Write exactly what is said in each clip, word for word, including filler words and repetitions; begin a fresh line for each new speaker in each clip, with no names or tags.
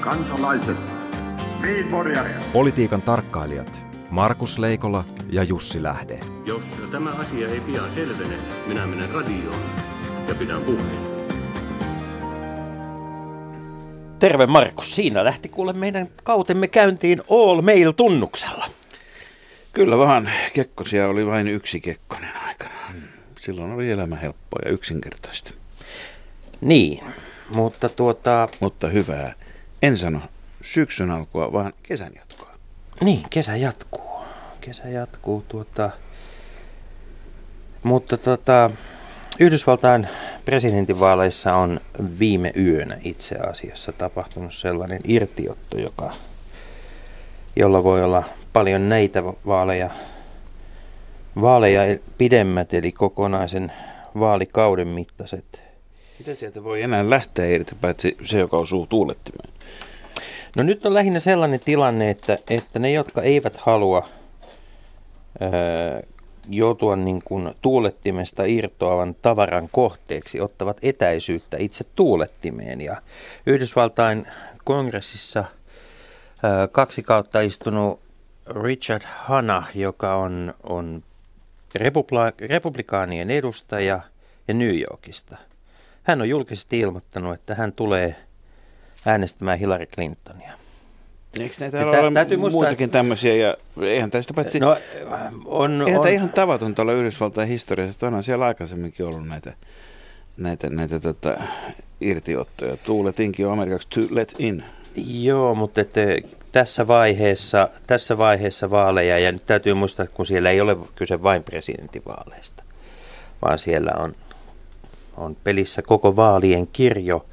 kansalaiset,
politiikan tarkkailijat Markus Leikola ja Jussi Lähde.
Jos tämä asia ei pian selvene, minä menen radioon ja pidän puheen.
Terve Markus, siinä lähti kuule meidän kautemme käyntiin All Mail-tunnuksella.
Kyllä vaan, Kekkosia oli vain yksi Kekkonen aikana. Silloin oli elämä helppoa ja yksinkertaista.
Niin, mutta tuota...
Mutta hyvää. En sano syksyn alkua, vaan kesän jatkoa.
Niin, kesä jatkuu. Kesä jatkuu tuota... Mutta tuota... Yhdysvaltain presidentinvaaleissa on viime yönä itse asiassa tapahtunut sellainen irtiotto, joka, jolla voi olla paljon näitä vaaleja, vaaleja pidemmät, eli kokonaisen vaalikauden mittaiset.
Mitä sieltä voi enää lähteä irti, paitsi se, joka osuu tuulettimeen?
No nyt on lähinnä sellainen tilanne, että, että ne, jotka eivät halua ää, joutua niin kuin tuulettimesta irtoavan tavaran kohteeksi, ottavat etäisyyttä itse tuulettimeen. Ja Yhdysvaltain kongressissa ää, kaksi kautta istunut Richard Hanna, joka on, on republika- republikaanien edustaja ja New Yorkista. Hän on julkisesti ilmoittanut, että hän tulee äänestämään Hillary Clintonia.
Eikö näitä tä- ole täytyy muistaa, muitakin tämmöisiä, ja eihän tästä paitsi, no, on, eihän on, tämä ihan tavatonta olla Yhdysvaltain historiassa, että onhan siellä aikaisemminkin ollut näitä, näitä, näitä tota, irtiottoja. Tuuletinkin on amerikaksi to let in.
Joo, mutta että tässä vaiheessa, tässä vaiheessa vaaleja, ja nyt täytyy muistaa, että kun siellä ei ole kyse vain presidentinvaaleista, vaan siellä on, on pelissä koko vaalien kirjo,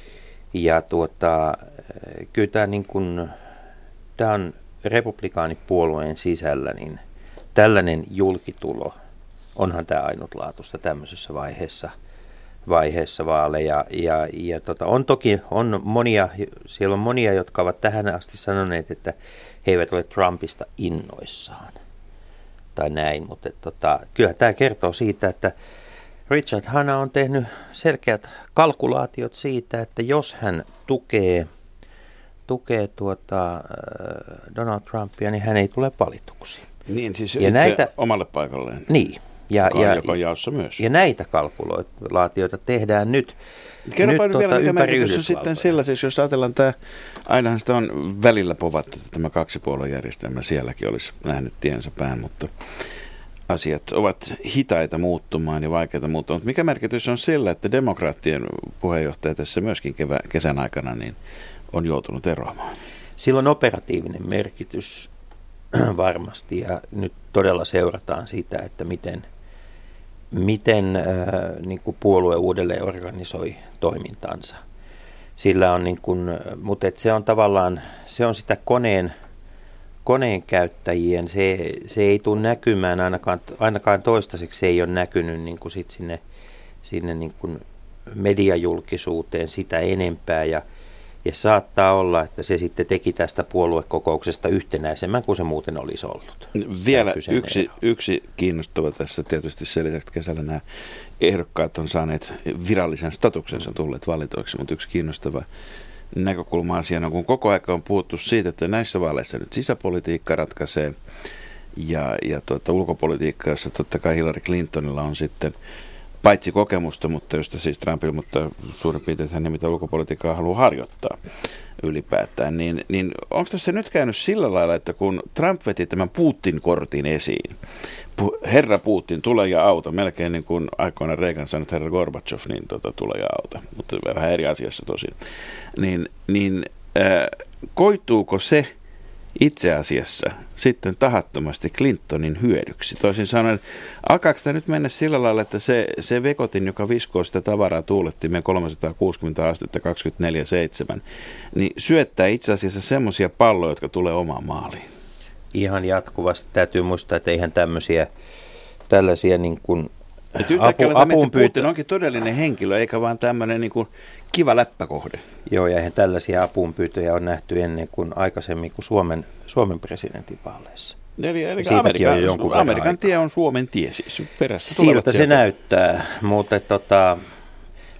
ja tuota, kyllä tämä niin kuin, tämä on republikaanipuolueen sisällä, niin tällainen julkitulo, onhan tämä ainutlaatuista tämmöisessä vaiheessa, vaiheessa vaaleja. Ja, ja tota, on toki, on monia, siellä on monia, jotka ovat tähän asti sanoneet, että he eivät ole Trumpista innoissaan tai näin, mutta tota, kyllä tämä kertoo siitä, että Richard Hanna on tehnyt selkeät kalkulaatiot siitä, että jos hän tukee tukee tuota, Donald Trumpia, niin hän ei tule valituksi.
Niin, siis
ja
itse
näitä,
omalle paikalleen,
niin, ja,
joka,
ja,
joka on jaossa myös.
Ja näitä kalkulaatioita tehdään nyt,
Kerropa
nyt
nyt vielä,
tuota,
mikä
ympäri
merkitys on sitten sillä, siis jos ajatellaan, tämä, ainahan sitä on välillä povattu, että tämä kaksipuoluejärjestelmä sielläkin olisi nähnyt tiensä pään, mutta asiat ovat hitaita muuttumaan ja vaikeita muuttumaan. Mutta mikä merkitys on sillä, että demokraattien puheenjohtaja tässä myöskin kevä, kesän aikana niin on joutunut eroamaan?
Sillä on operatiivinen merkitys varmasti, ja nyt todella seurataan sitä, että miten, miten äh, niin kuin puolue uudelleen organisoi toimintansa. Sillä on niin kuin, mutta et se on tavallaan, se on sitä koneen, koneen käyttäjien, se, se ei tule näkymään ainakaan, ainakaan toistaiseksi, se ei ole näkynyt niin kuin sit sinne, sinne niin kuin mediajulkisuuteen sitä enempää, ja Ja saattaa olla, että se sitten teki tästä puoluekokouksesta yhtenäisemmän kuin se muuten olisi ollut.
Vielä yksi, yksi kiinnostava tässä tietysti sen lisäksi, että kesällä nämä ehdokkaat on saaneet virallisen statuksensa tulleet valituiksi, mutta yksi kiinnostava näkökulma asiana, kun koko ajan on puhuttu siitä, että näissä vaaleissa nyt sisäpolitiikka ratkaisee ja, ja tuota, ulkopolitiikka, jossa totta kai Hillary Clintonilla on sitten paitsi kokemusta, mutta josta siis Trump ilmoittaa suurin piirtein, että hän mitä ulkopolitiikkaa haluaa harjoittaa ylipäätään, niin, niin onko tässä nyt käynyt sillä lailla, että kun Trump veti tämän Putin-kortin esiin, herra Putin, tule ja auta, melkein niin kuin aikoina Reagan sanoi, että herra Gorbachev, niin tota, tule ja auta, mutta vähän eri asiassa tosin, niin, niin äh, koituuko se itse asiassa sitten tahattomasti Clintonin hyödyksi? Toisin sanoen, alkaako tämä nyt mennä sillä lailla, että se, se vekotin, joka viskoo sitä tavaraa tuulettimeen kolmesataakuusikymmentä astetta kaksikymmentäneljä seitsemän, niin syöttää itse asiassa semmoisia palloja, jotka tulee omaan maaliin?
Ihan jatkuvasti täytyy muistaa, että eihän tämmöisiä, tällaisia niin kuin
apu, apuun pyytö... Putin onkin todellinen henkilö, eikä vaan tämmöinen niin kuin kiva läppäkohde.
Joo, ja eihän tällaisia apuunpyytöjä on nähty ennen kuin aikaisemmin kuin Suomen, Suomen presidentinvaaleissa.
Eli, eli Amerikan, Amerikan tie on Suomen tie siis perässä.
Siltä se näyttää, mutta tota,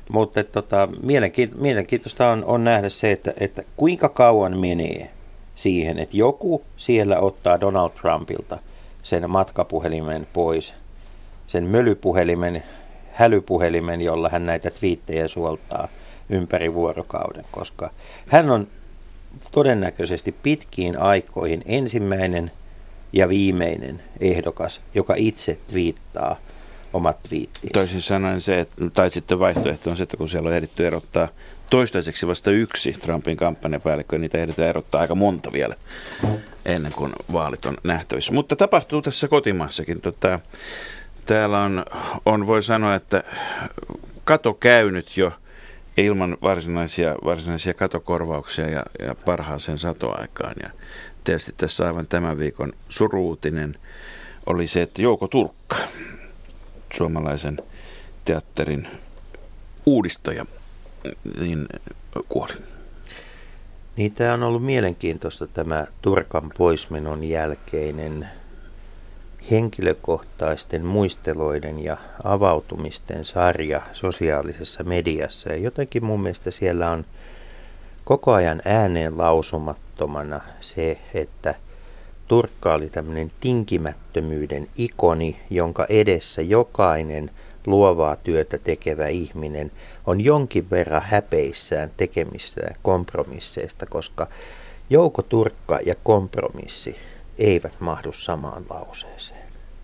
Mutta tota, mielenkiintoista on, on nähdä se, että, että kuinka kauan menee siihen, että joku siellä ottaa Donald Trumpilta sen matkapuhelimen pois, sen mölypuhelimen, hälypuhelimen, jolla hän näitä twiittejä suoltaa ympäri vuorokauden, koska hän on todennäköisesti pitkiin aikoihin ensimmäinen ja viimeinen ehdokas, joka itse twiittaa omat twiittinsä.
Toisin sanoen se, että, tai sitten vaihtoehto on se, että kun siellä on ehditty erottaa toistaiseksi vasta yksi Trumpin kampanjapäällikkö, niitä ehditään erottaa aika monta vielä ennen kuin vaalit on nähtävissä. Mutta tapahtuu tässä kotimaassakin. Tota, täällä on, on, voi sanoa, että kato käynyt jo ilman varsinaisia, varsinaisia katokorvauksia ja, ja parhaaseen satoaikaan. Ja tietysti tässä aivan tämän viikon suru-uutinen oli se, että Jouko Turkka, suomalaisen teatterin uudistaja, niin kuoli.
Niin, tämä on ollut mielenkiintoista tämä Turkan poismenon jälkeinen henkilökohtaisten muisteloiden ja avautumisten sarja sosiaalisessa mediassa. Ja jotenkin mun mielestä siellä on koko ajan ääneen lausumattomana se, että Turkka oli tämmöinen tinkimättömyyden ikoni, jonka edessä jokainen luovaa työtä tekevä ihminen on jonkin verran häpeissään tekemissään kompromisseista, koska Jouko Turkka ja kompromissi eivät mahdu samaan lauseeseen.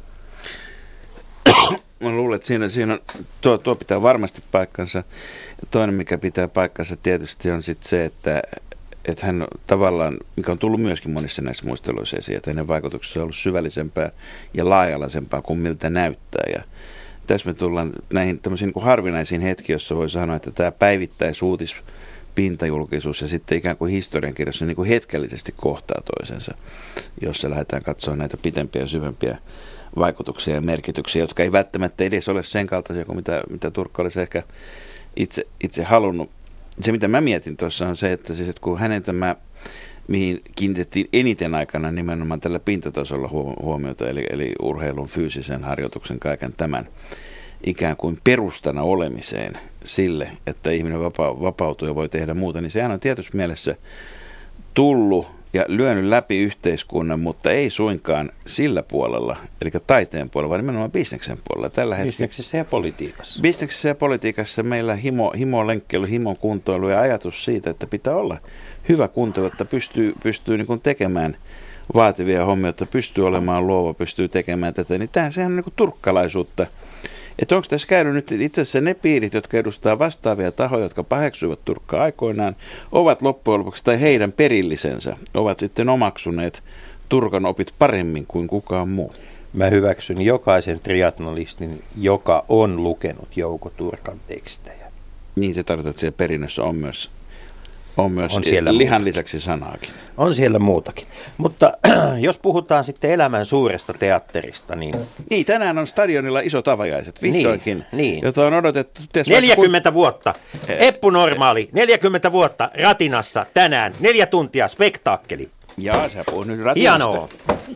Mä luulen, että siinä, siinä on, tuo, tuo pitää varmasti paikkansa. Toinen, mikä pitää paikkansa tietysti on sitten se, että, että hän tavallaan, mikä on tullut myöskin monissa näissä muisteluissa esiin, että hänen vaikutuksensa on ollut syvällisempää ja laajalaisempaa kuin miltä näyttää. Ja tässä me tullaan näihin tämmöisiin niin harvinaisiin hetkiin, joissa voi sanoa, että tämä päivittäisuutis pintajulkisuus ja sitten ikään kuin historiankirjassa niin kuin hetkellisesti kohtaa toisensa, jossa lähdetään katsomaan näitä pitempiä ja syvempiä vaikutuksia ja merkityksiä, jotka ei välttämättä edes ole sen kaltaisia kuin mitä, mitä Turkka olisi ehkä itse, itse halunnut. Se, mitä mä mietin tuossa on se, että, siis, että kun hänen tämä, mihin kiinnitettiin eniten aikana nimenomaan tällä pintatasolla huomiota, eli, eli urheilun fyysisen harjoituksen kaiken tämän ikään kuin perustana olemiseen sille, että ihminen vapa- vapautuu ja voi tehdä muuta, niin sehän on tietysti mielessä tullut ja lyönyt läpi yhteiskunnan, mutta ei suinkaan sillä puolella, eli taiteen puolella, vaan nimenomaan bisneksen puolella. Tällä
bisneksessä ja politiikassa.
Bisneksessä ja politiikassa meillä himo, himo lenkkeily, himon kuntoilu ja ajatus siitä, että pitää olla hyvä kunto, jotta pystyy, pystyy niin kuin tekemään vaativia hommia, jotta pystyy olemaan luova, pystyy tekemään tätä, niin tämähän sehän on niin kuin turkkalaisuutta. Että onko tässä käynyt nyt itse asiassa ne piirit, jotka edustaa vastaavia tahoja, jotka paheksuivat Turkkaa aikoinaan, ovat loppujen lopuksi, tai heidän perillisensä, ovat sitten omaksuneet Turkan opit paremmin kuin kukaan muu.
Mä hyväksyn jokaisen triatnolistin, joka on lukenut Jouko Turkan tekstejä.
Niin se tarkoittaa, että siellä perinnössä on myös, on myös
on siellä
lihan
muutakin.
Lisäksi sanaakin.
On siellä muutakin. Mutta jos puhutaan sitten elämän suuresta teatterista, niin...
Niin, tänään on stadionilla isot avajaiset, vihdoinkin,
niin, niin.
jota on odotettu...
neljäkymmentä vuotta. Eppu Normaali, neljäkymmentä vuotta Ratinassa tänään, neljä tuntia spektaakkeli.
Jaa, sä puhut nyt Ratinasta.
Hienoa.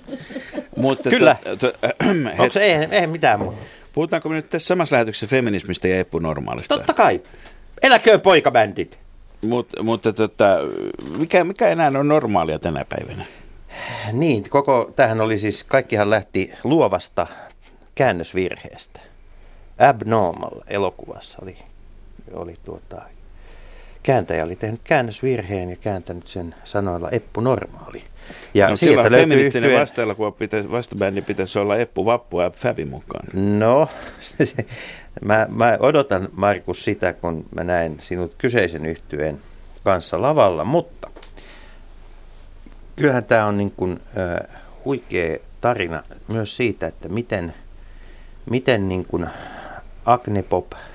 Mutta
Kyllä.
To, to, äh,
Onko se, ei, ei mitään muuta.
Puhutaanko me nyt tässä samassa lähetyksessä feminismistä ja Eppu Normaalista?
Totta kai. Eläköön poikabändit.
Mut, mutta tota, mikä, mikä enää on normaalia tänä päivänä?
Niin, koko, tämähän oli siis, kaikkihan lähti luovasta käännösvirheestä. Abnormal elokuvassa oli, oli tuota, kääntäjä oli tehnyt käännösvirheen ja kääntänyt sen sanoilla Eppu Normaali. Ja
no,
sieltä löytyy
feministinen
yhtyeen...
vasta-elokuva pitäisi, vastabändi pitäisi olla Eppu Vappu ja Fävi mukaan.
No, se, mä, mä odotan, Markus, sitä, kun mä näen sinut kyseisen yhtyeen kanssa lavalla, mutta kyllähän tämä on niin kuin, äh, huikea tarina myös siitä, että miten, miten niin kuin Agnepop äh,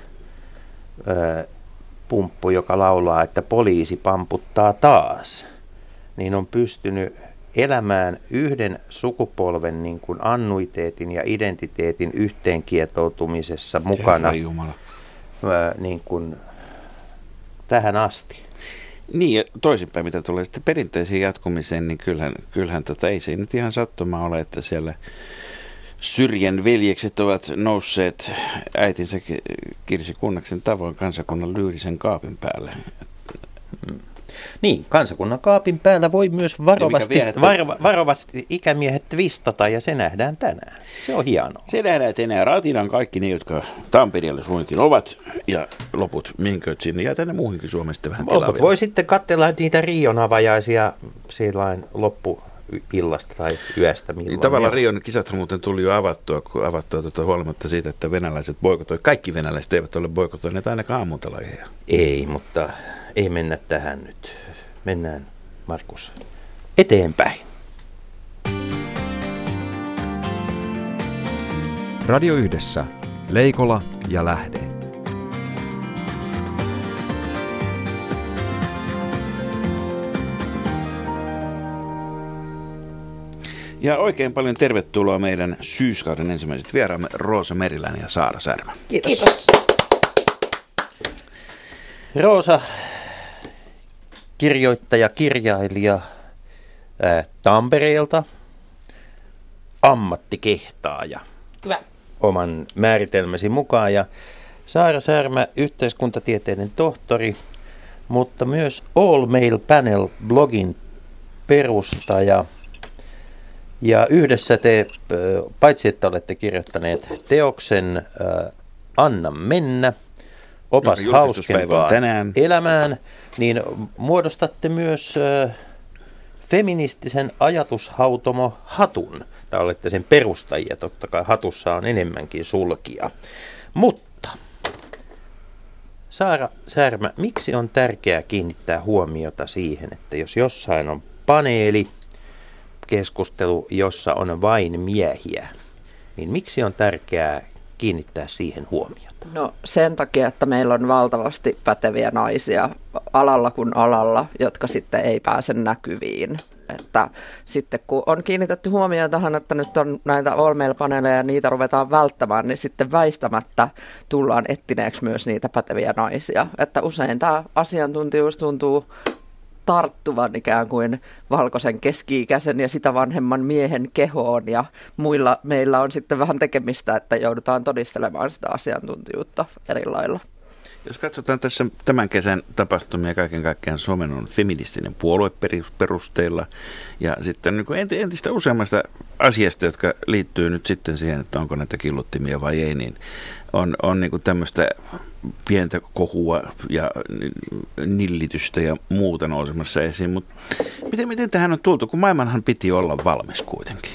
pumppu, joka laulaa, että poliisi pamputtaa taas, niin on pystynyt elämään yhden sukupolven niin kuin annuiteetin ja identiteetin yhteenkietoutumisessa mukana ää, niin kuin tähän asti.
Niin, ja toisinpäin, mitä tulee sitten perinteisiin jatkumiseen, niin kyllähän, kyllähän tota, ei se nyt ihan sattuma ole, että siellä Syrjän veljekset ovat nousseet äitinsä Kirsi Kunnaksen tavoin kansakunnan lyyrisen kaapin päälle.
Niin, kansakunnan kaapin päällä voi myös varovasti, varo, varovasti ikämiehet twistata, ja se nähdään tänään. Se on hienoa.
Se nähdään tänään. Raatinan kaikki ne, jotka Tampereella suinkin ovat, ja loput minköt sinne, ja tänne muuhinkin Suomesta vähän tilaa.
Voi sitten katsella niitä Rion avajaisia sillain loppuillasta tai yöstä.
Niin, tavallaan Rion kisathan muuten tuli jo avattua, kun avattua tuota, huolimatta siitä, että venäläiset boikotoi. Kaikki venäläiset eivät ole boikotoineet ainakaan ammuntalajeja.
Ei, mutta ei mennä tähän nyt. Mennään, Markus, eteenpäin.
Radio Yhdessä, Leikola ja Lähde.
Ja oikein paljon tervetuloa meidän syyskauden ensimmäiset vieraamme Roosa Meriläinen ja Saara Särmä.
Kiitos.
Kiitos.
Roosa, kirjoittaja, kirjailija ää, Tampereelta, ammattikehtaaja
Kyllä.
oman määritelmäsi mukaan, ja Saara Särmä, yhteiskuntatieteiden tohtori, mutta myös All Mail Panel-blogin perustaja. Ja yhdessä te, paitsi että olette kirjoittaneet teoksen ää, Anna mennä, opas hauskempaan elämään, niin muodostatte myös äh, feministisen ajatushautomo Hatun. Tai olette sen perustajia, totta kai Hatussa on enemmänkin sulkia. Mutta, Saara Särmä, miksi on tärkeää kiinnittää huomiota siihen, että jos jossain on paneeli, keskustelu, jossa on vain miehiä, niin miksi on tärkeää kiinnittää siihen huomiota?
No sen takia, että meillä on valtavasti päteviä naisia alalla kuin alalla, jotka sitten ei pääse näkyviin. Että sitten kun on kiinnitetty huomioon tähän, että nyt on näitä All Mail-paneeleja ja niitä ruvetaan välttämään, niin sitten väistämättä tullaan etsineeksi myös niitä päteviä naisia. Että usein tämä asiantuntijuus tuntuu tarttuvan ikään kuin valkoisen keski-ikäisen ja sitä vanhemman miehen kehoon, ja muilla meillä on sitten vähän tekemistä, että joudutaan todistelemaan sitä asiantuntijuutta eri lailla.
Jos katsotaan tässä tämän kesän tapahtumia, kaiken kaikkiaan Suomen on feministinen puolue perusteilla, ja sitten niin entistä useammasta asiasta, jotka liittyy nyt sitten siihen, että onko näitä killuttimia vai ei, niin on, on niin kuin tämmöistä pientä kohua ja nillitystä ja muuta nousemassa esiin. Mutta miten, miten tähän on tultu, kun maailmanhan piti olla valmis kuitenkin?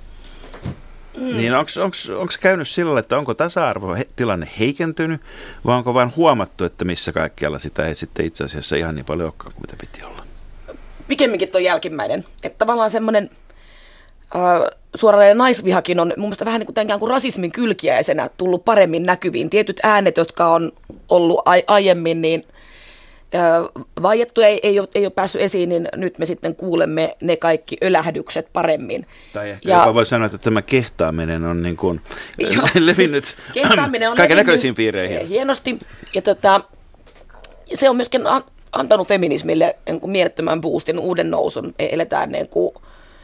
Mm. Niin onko käynyt sillä, että onko tasa-arvotilanne heikentynyt, vai onko vain huomattu, että missä kaikkialla sitä ei sitten itse asiassa ihan niin paljon olekaan kuin mitä piti olla?
Pikemminkin tuo jälkimmäinen. Että tavallaan semmoinen äh, suoranainen naisvihakin on mun mielestä vähän niin kuin, kuin rasismin kylkiäisenä tullut paremmin näkyviin. Tietyt äänet, jotka on ollut ai- aiemmin, niin äh, vaiettu ei, ei, ole, ei ole päässyt esiin, niin nyt me sitten kuulemme ne kaikki ölähdykset paremmin.
Tai ehkä ja, jopa voi sanoa, että tämä kehtaaminen on niin kuin levinnyt kaiken näköisiin piireihin.
Hienosti. Ja tota, se on myöskin antanut feminismille niin kuin mielettömän boostin, uuden nousun. Eletään, niin kuin,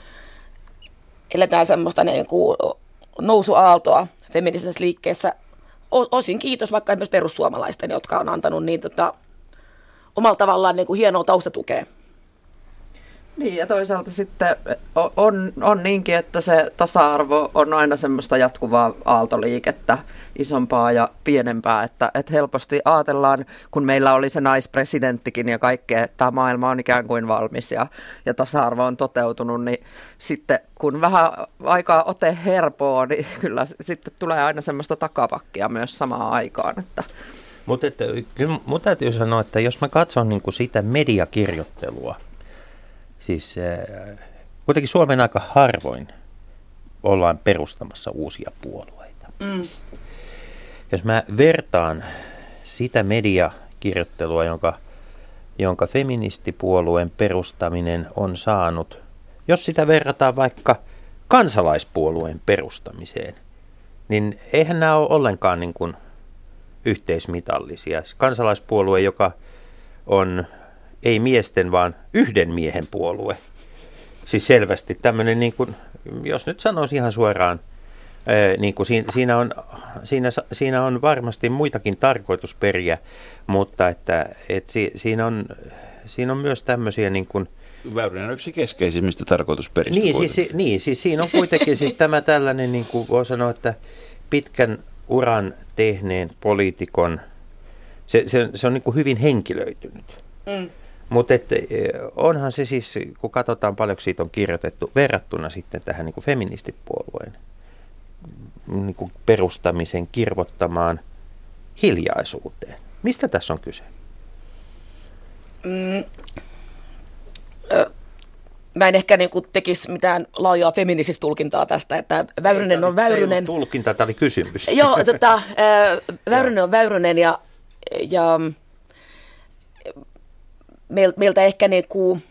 eletään semmoista niin kuin nousuaaltoa feministisessä liikkeessä. Osin kiitos vaikka myös perussuomalaisten, jotka on antanut niin tota, omalla tavallaan niin kuin hienoa taustatukea.
Niin, ja toisaalta sitten on, on niinkin, että se tasa-arvo on aina semmoista jatkuvaa aaltoliikettä, isompaa ja pienempää, että, että helposti ajatellaan, kun meillä oli se naispresidenttikin ja kaikkea, että tämä maailma on ikään kuin valmis ja, ja tasa-arvo on toteutunut, niin sitten kun vähän aikaa ote herpoo, niin kyllä sitten tulee aina semmoista takapakkia myös samaan aikaan, että
Mutta kyllä minun täytyy sanoa, että jos mä katson niin kuin sitä mediakirjoittelua, siis äh, kuitenkin Suomen aika harvoin ollaan perustamassa uusia puolueita. Mm. Jos mä vertaan sitä mediakirjoittelua, jonka, jonka feministipuolueen perustaminen on saanut, jos sitä verrataan vaikka kansalaispuolueen perustamiseen, niin eihän nämä ole ollenkaan niin kuin yhteismitallisia. Kansalaispuolue, joka on ei miesten, vaan yhden miehen puolue. Siis selvästi tämmöinen, niin kuin, jos nyt sanoisi ihan suoraan, Niin kuin siinä, siinä, on, siinä, siinä on varmasti muitakin tarkoitusperiä, mutta että, että si, siinä, on, siinä on myös tämmöisiä niin kuin...
Väyrynen on yksi keskeisimmistä tarkoitusperistä.
Niin siis, niin, siis siinä on kuitenkin siis tämä tällainen, niin kuin voi sanoa, että pitkän uran tehneen poliitikon, se, se, se on niin kuin hyvin henkilöitynyt. Mm. Mutta onhan se siis, kun katsotaan paljonko siitä on kirjoitettu, verrattuna sitten tähän niin kuin feministipuolueen niin kuin perustamisen kirvottamaan hiljaisuuteen. Mistä tässä on kyse?
Mm. Ö, mä en ehkä niin kuin tekisi mitään laajaa feminististä tulkintaa tästä, että Väyrynen on Väyrynen.
Tulkinta, tämä oli kysymys.
Joo, tota, Väyrynen on Väyrynen ja, ja meiltä ehkä niin kuin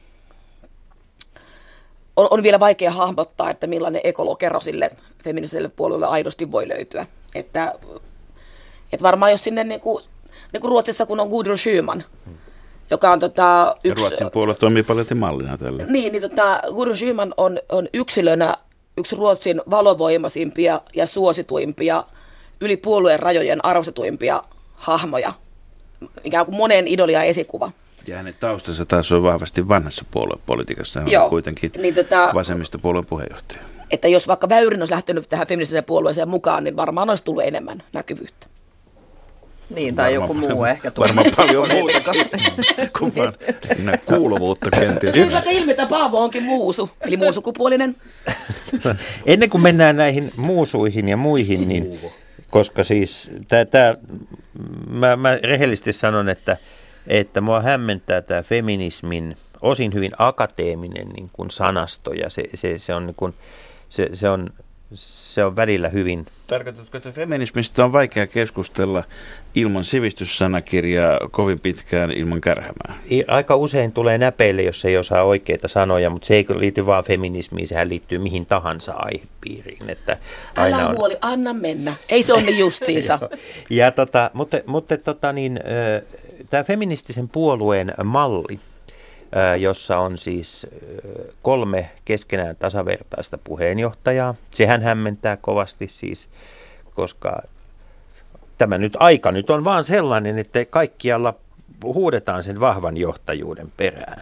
on, on vielä vaikea hahmottaa, että millainen ekologero sille feministiselle puolueelle aidosti voi löytyä. Että, että varmaan jos sinne niin kuin, niin kuin Ruotsissa, kun on Gudrun Schyman, joka on tota, yksi...
Ja Ruotsin puolue toimii paljon mallina tällä.
Niin, niin tota, Gudrun Schyman on, on yksilönä yksi Ruotsin valovoimaisimpia ja suosituimpia, yli puolueen rajojen arvostetuimpia hahmoja. Ikään kuin monen idolia esikuva.
Ja hänen taustansa taas on vahvasti vanhassa puoluepolitiikassa. Hän
Joo,
on kuitenkin
niin tota,
vasemmistopuolueen puheenjohtaja.
Että jos vaikka Väyrynen olisi lähtenyt tähän feministiseen puolueeseen mukaan, niin varmaan olisi tullut enemmän näkyvyyttä.
Niin, tai
varmaan,
joku muu ehkä tulee.
Varmaan paljon muutakin kuin vaan kuuluvuutta kenties.
Kyllä ilmi, että Paavo onkin muusu, eli muusukupuolinen.
Ennen kuin mennään näihin muusuihin ja muihin, niin koska siis tää, tää, mä, mä rehellisesti sanon, että, että mua hämmentää tämä feminismin osin hyvin akateeminen niin kuin sanasto ja se, se, se on niin kuin, se, se on Se on välillä hyvin...
Tarkoitatko, että feminismistä on vaikea keskustella ilman sivistyssanakirjaa kovin pitkään ilman kärhämää?
Aika usein tulee näpeille, jos ei osaa oikeita sanoja, mutta se ei liity vaan feminismiin, sehän liittyy mihin tahansa aihepiiriin. Että aina
Älä
on...
huoli, anna mennä. Ei se ole niin justiinsa.
ja tota, mutta mutta tota niin, tämä feministisen puolueen malli, jossa on siis kolme keskenään tasavertaista puheenjohtajaa. Sehän hämmentää kovasti siis, koska tämä nyt aika nyt on vaan sellainen, että kaikkialla huudetaan sen vahvan johtajuuden perään.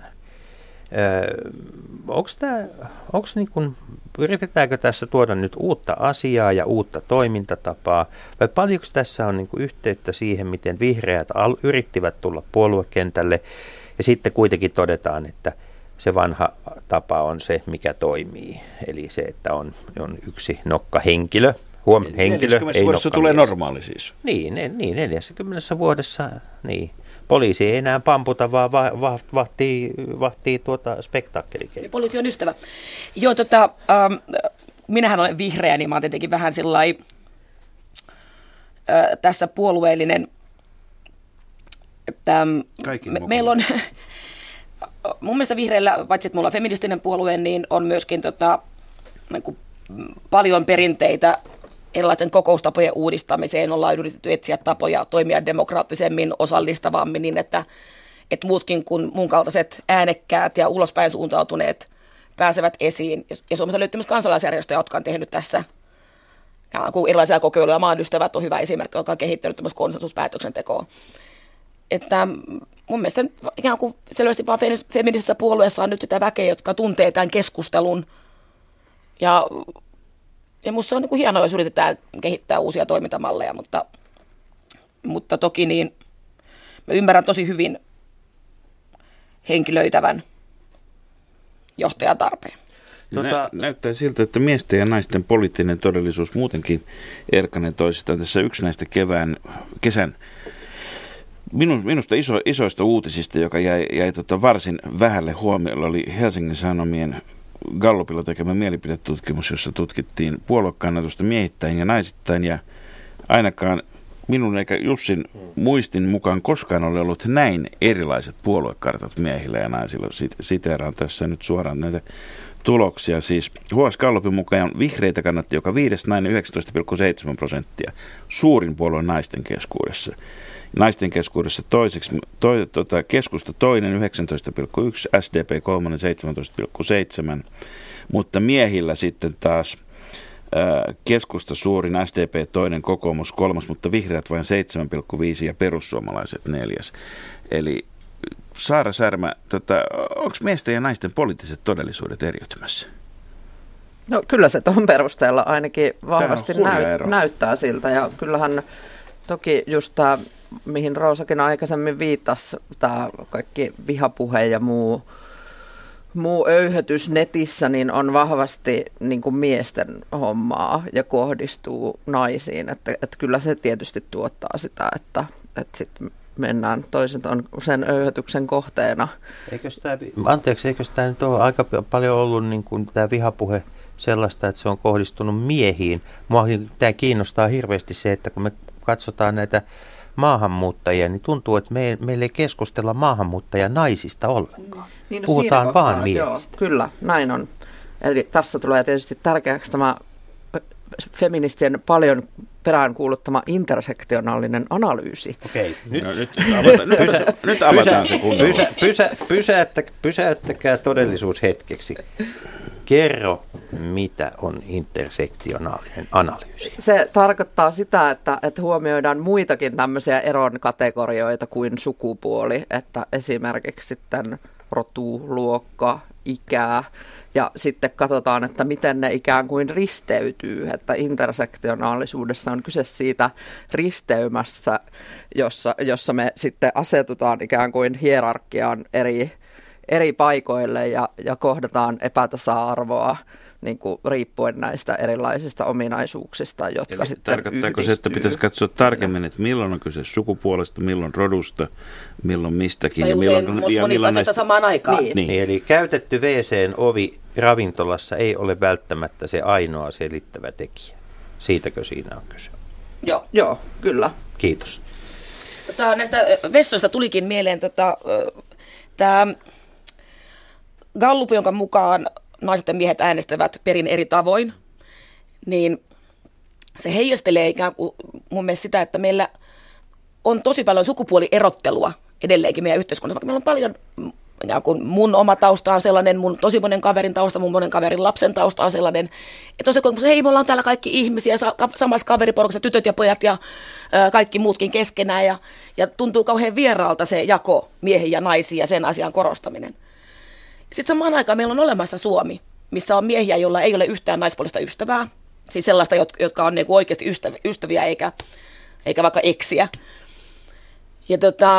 Onko tämä, onko niin kuin, yritetäänkö tässä tuoda nyt uutta asiaa ja uutta toimintatapaa, vai paljonko tässä on niin kuin yhteyttä siihen, miten vihreät al- yrittivät tulla puoluekentälle, ja sitten kuitenkin todetaan, että se vanha tapa on se, mikä toimii. Eli se, että on, on yksi nokkahenkilö. Huom, henkilö, ei
vuodessa tulee normaali siis.
Niin, niin, neljässäkymmenessä vuodessa. Niin. Poliisi ei enää pamputa, vaan va, va, vahtii, vahtii tuota spektaakkelikeinoa.
Poliisi on ystävä. Joo, tota, ähm, minähän olen vihreä, niin mä oon tietenkin vähän sillai, äh, tässä puolueellinen. Että me, meillä on, mun mielestä vihreillä, paitsi että mulla on feministinen puolue, niin on myöskin tota, niin kuin paljon perinteitä erilaisten kokoustapojen uudistamiseen. Ollaan yritetty etsiä tapoja toimia demokraattisemmin, osallistavammin niin, että, että muutkin kuin mun kaltaiset äänekkäät ja ulospäin suuntautuneet pääsevät esiin. Ja Suomessa löytyy myös kansalaisjärjestöjä, jotka on tehnyt tässä erilaisia kokeiluja. Maan ystävät on hyvä esimerkki, joka on kehittänyt myös konsensuspäätöksentekoa. Että mun mielestä ikään kuin selvästi vaan feministisessä puolueessa on nyt sitä väkeä, jotka tuntee tämän keskustelun. Ja, ja musta se on niin kuin hienoa, jos yritetään kehittää uusia toimintamalleja, mutta, mutta toki niin mä ymmärrän tosi hyvin henkilöitävän johtajan tarpeen.
Tuota, Nä, näyttää siltä, että miesten ja naisten poliittinen todellisuus muutenkin erkanee toisistaan. Tässä yksi näistä kevään, kesän Minusta iso, isoista uutisista, joka jäi, jäi tota varsin vähälle huomiolle, oli Helsingin Sanomien Gallupilla tekemä mielipidetutkimus, jossa tutkittiin puoluekannatusta miehittäin ja naisittain. Ja ainakaan minun eikä Jussin muistin mukaan koskaan ole ollut näin erilaiset puoluekartat miehillä ja naisilla. Siteeraan tässä nyt suoraan näitä tuloksia. Siis H S Gallupin mukaan vihreitä kannatti joka viides nainen yhdeksäntoista pilkku seitsemän prosenttia, suurin puolue naisten keskuudessa. Naisten keskuudessa toiseksi, to, tota, keskusta toinen yhdeksäntoista pilkku yksi, S D P kolmonen seitsemäntoista pilkku seitsemän, mutta miehillä sitten taas Keskusta suurin, S D P toinen, kokoomus kolmas, mutta vihreät vain seitsemän pilkku viisi ja perussuomalaiset neljäs. Eli Saara Särmä, tota, onko miesten ja naisten poliittiset todellisuudet eriytymässä?
No kyllä se tuon perusteella ainakin vahvasti näy, näyttää siltä, ja kyllähän toki just tämä, mihin Roosakin aikaisemmin viittasi, tämä kaikki vihapuhe ja muu, muu öyhötys netissä, niin on vahvasti niin kuin miesten hommaa ja kohdistuu naisiin, että, että kyllä se tietysti tuottaa sitä, että, että sitten mennään, toiset on sen öyhötyksen kohteena.
Eikös tämä, anteeksi, eikö tämä nyt ole aika paljon ollut niin kuin tämä vihapuhe sellaista, että se on kohdistunut miehiin? Mua tämä kiinnostaa hirveästi se, että kun me katsotaan näitä maahanmuuttajia, niin tuntuu, että me, meillä ei keskustella maahanmuuttajia naisista ollenkaan. Niin, no puhutaan kohtaa, vaan miehistä.
Joo, kyllä, näin on. Eli tässä tulee tietysti tärkeäksi tämä feministien paljon peräänkuuluttama intersektionaalinen analyysi.
Okei, nyt,
no, nyt, avata, nyt, pysä, nyt avataan pysä, se kunnolla. Pysä, pysä,
pysäyttä, pysäyttäkää todellisuus hetkeksi. Kerro, mitä on intersektionaalinen analyysi.
Se tarkoittaa sitä, että, että huomioidaan muitakin tämmöisiä eron kategorioita kuin sukupuoli, että esimerkiksi sitten rotu, luokka, ikää, ja sitten katsotaan, että miten ne ikään kuin risteytyy, että intersektionaalisuudessa on kyse siitä risteymässä, jossa, jossa me sitten asetutaan ikään kuin hierarkiaan eri, eri paikoille ja, ja kohdataan epätasa-arvoa niin kuin riippuen näistä erilaisista ominaisuuksista, jotka eli sitten
tarkoittaako
yhdistyy.
Se, että pitäisi katsoa tarkemmin, että milloin on kyse sukupuolesta, milloin rodusta, milloin mistäkin.
Tai
ja
usein
milloin, ja
monista asioista samaan aikaan.
Niin.
Niin, eli käytetty W C:n ovi ravintolassa ei ole välttämättä se ainoa selittävä tekijä. Siitäkö siinä on kyse?
Joo.
Joo, kyllä.
Kiitos.
Tota, näistä vessoista tulikin mieleen tota, tämä Gallup, jonka mukaan naiset ja miehet äänestävät perin eri tavoin, niin se heijastelee ikään kuin mun mielestä sitä, että meillä on tosi paljon sukupuolierottelua edelleenkin meidän yhteiskunnassa, vaikka meillä on paljon, ikään kuin mun oma tausta on sellainen, mun tosi monen kaverin tausta, mun monen kaverin lapsen tausta on sellainen, että on se, kun hei, me ollaan täällä kaikki ihmisiä, samassa kaveriporukassa, tytöt ja pojat ja ä, kaikki muutkin keskenään, ja, ja tuntuu kauhean vieraalta se jako miehiä ja naisia ja sen asian korostaminen. Sitten samaan aikaan meillä on olemassa Suomi, missä on miehiä, joilla ei ole yhtään naispuolista ystävää. Siis sellaista, jotka on niinku oikeasti ystäviä eikä, eikä vaikka eksiä. Ja tota,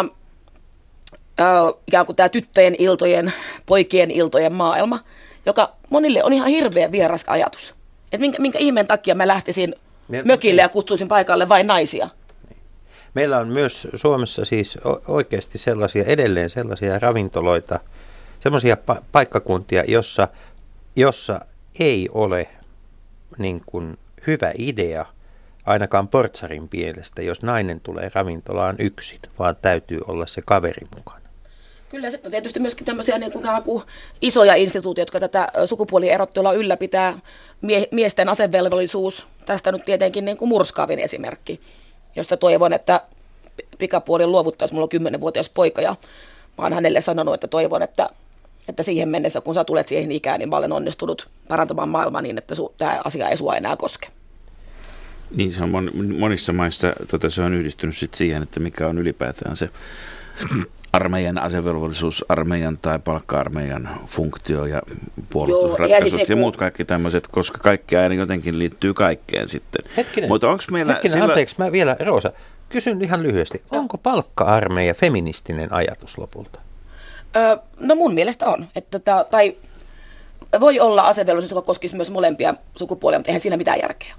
ikään kuin tämä tyttöjen iltojen, poikien iltojen maailma, joka monille on ihan hirveän vieras ajatus. Että minkä, minkä ihmeen takia mä lähtisin mökille ja kutsuisin paikalle vain naisia.
Meillä on myös Suomessa siis oikeasti sellaisia, edelleen sellaisia ravintoloita, sellaisia pa- paikkakuntia, jossa, jossa ei ole niin kuin hyvä idea, ainakaan portsarin mielestä, jos nainen tulee ravintolaan yksin, vaan täytyy olla se kaveri mukana.
Kyllä, sitten on tietysti myöskin tämmöisiä niin kuin isoja instituutioita, jotka tätä sukupuolierottelua ylläpitää. Mie- miesten asevelvollisuus, tästä nyt tietenkin niin kuin murskaavin esimerkki, josta toivon, että pikapuolin luovuttaisi. Mulla on kymmenvuotias poika ja mä oon hänelle sanonut, että toivon, että että siihen mennessä, kun sä tulet siihen ikään, niin mä olen onnistunut parantamaan maailmaa niin, että su- tämä asia ei sua enää koske.
Niin, se on mon- monissa maissa tota, se on yhdistynyt sit siihen, että mikä on ylipäätään se armeijan asevelvollisuus, armeijan tai palkka-armeijan funktio ja puolustusratkaisut Joo, ja, siis ja muut kaikki tämmöiset, koska kaikki aina jotenkin liittyy kaikkeen sitten.
Hetkinen,
Mutta onko meillä
hetkinen
sillä...
anteeksi, mä vielä, Roosa, kysyn ihan lyhyesti, onko palkka-armeija feministinen ajatus lopulta?
Öö, no mun mielestä on. Että, tai voi olla asevelvollisuus, joka koskisi myös molempia sukupuolia, mutta eihän siinä mitään järkeä.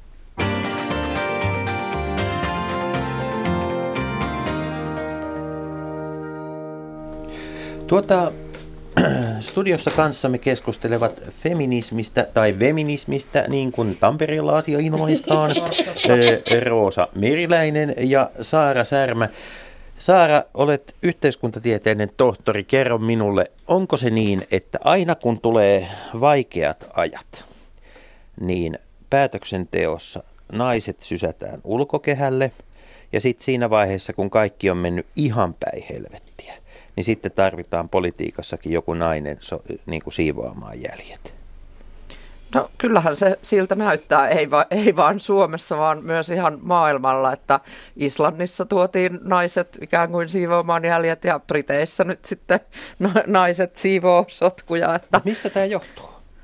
Tuota, studiossa kanssamme keskustelevat feminismistä tai feminismistä, niin kuin Tampereella asia ilmoistaan, Roosa Meriläinen ja Saara Särmä. Saara, olet yhteiskuntatieteellinen tohtori. Kerro minulle, onko se niin, että aina kun tulee vaikeat ajat, niin päätöksenteossa naiset sysätään ulkokehälle ja sitten siinä vaiheessa, kun kaikki on mennyt ihan päin helvettiä, niin sitten tarvitaan politiikassakin joku nainen so, niin kuin siivoamaan jäljet.
No kyllähän se siltä näyttää, ei, va, ei vaan Suomessa, vaan myös ihan maailmalla, että Islannissa tuotiin naiset ikään kuin siivoamaan jäljet ja Briteissä nyt sitten na, naiset siivoo sotkuja. Että...
Mistä tämä johtuu?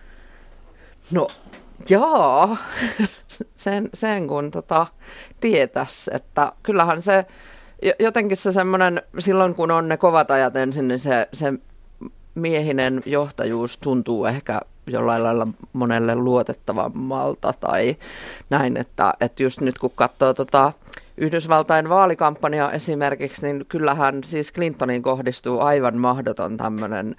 No jaa, sen, sen kun tota, tietäisi, että kyllähän se jotenkin se semmoinen, silloin kun on ne kovat ajat ensin, niin se, se miehinen johtajuus tuntuu ehkä jollain lailla monelle luotettavammalta tai näin, että, että just nyt kun katsoo tota Yhdysvaltain vaalikampanja esimerkiksi, niin kyllähän siis Clintoniin kohdistuu aivan mahdoton tämmöinen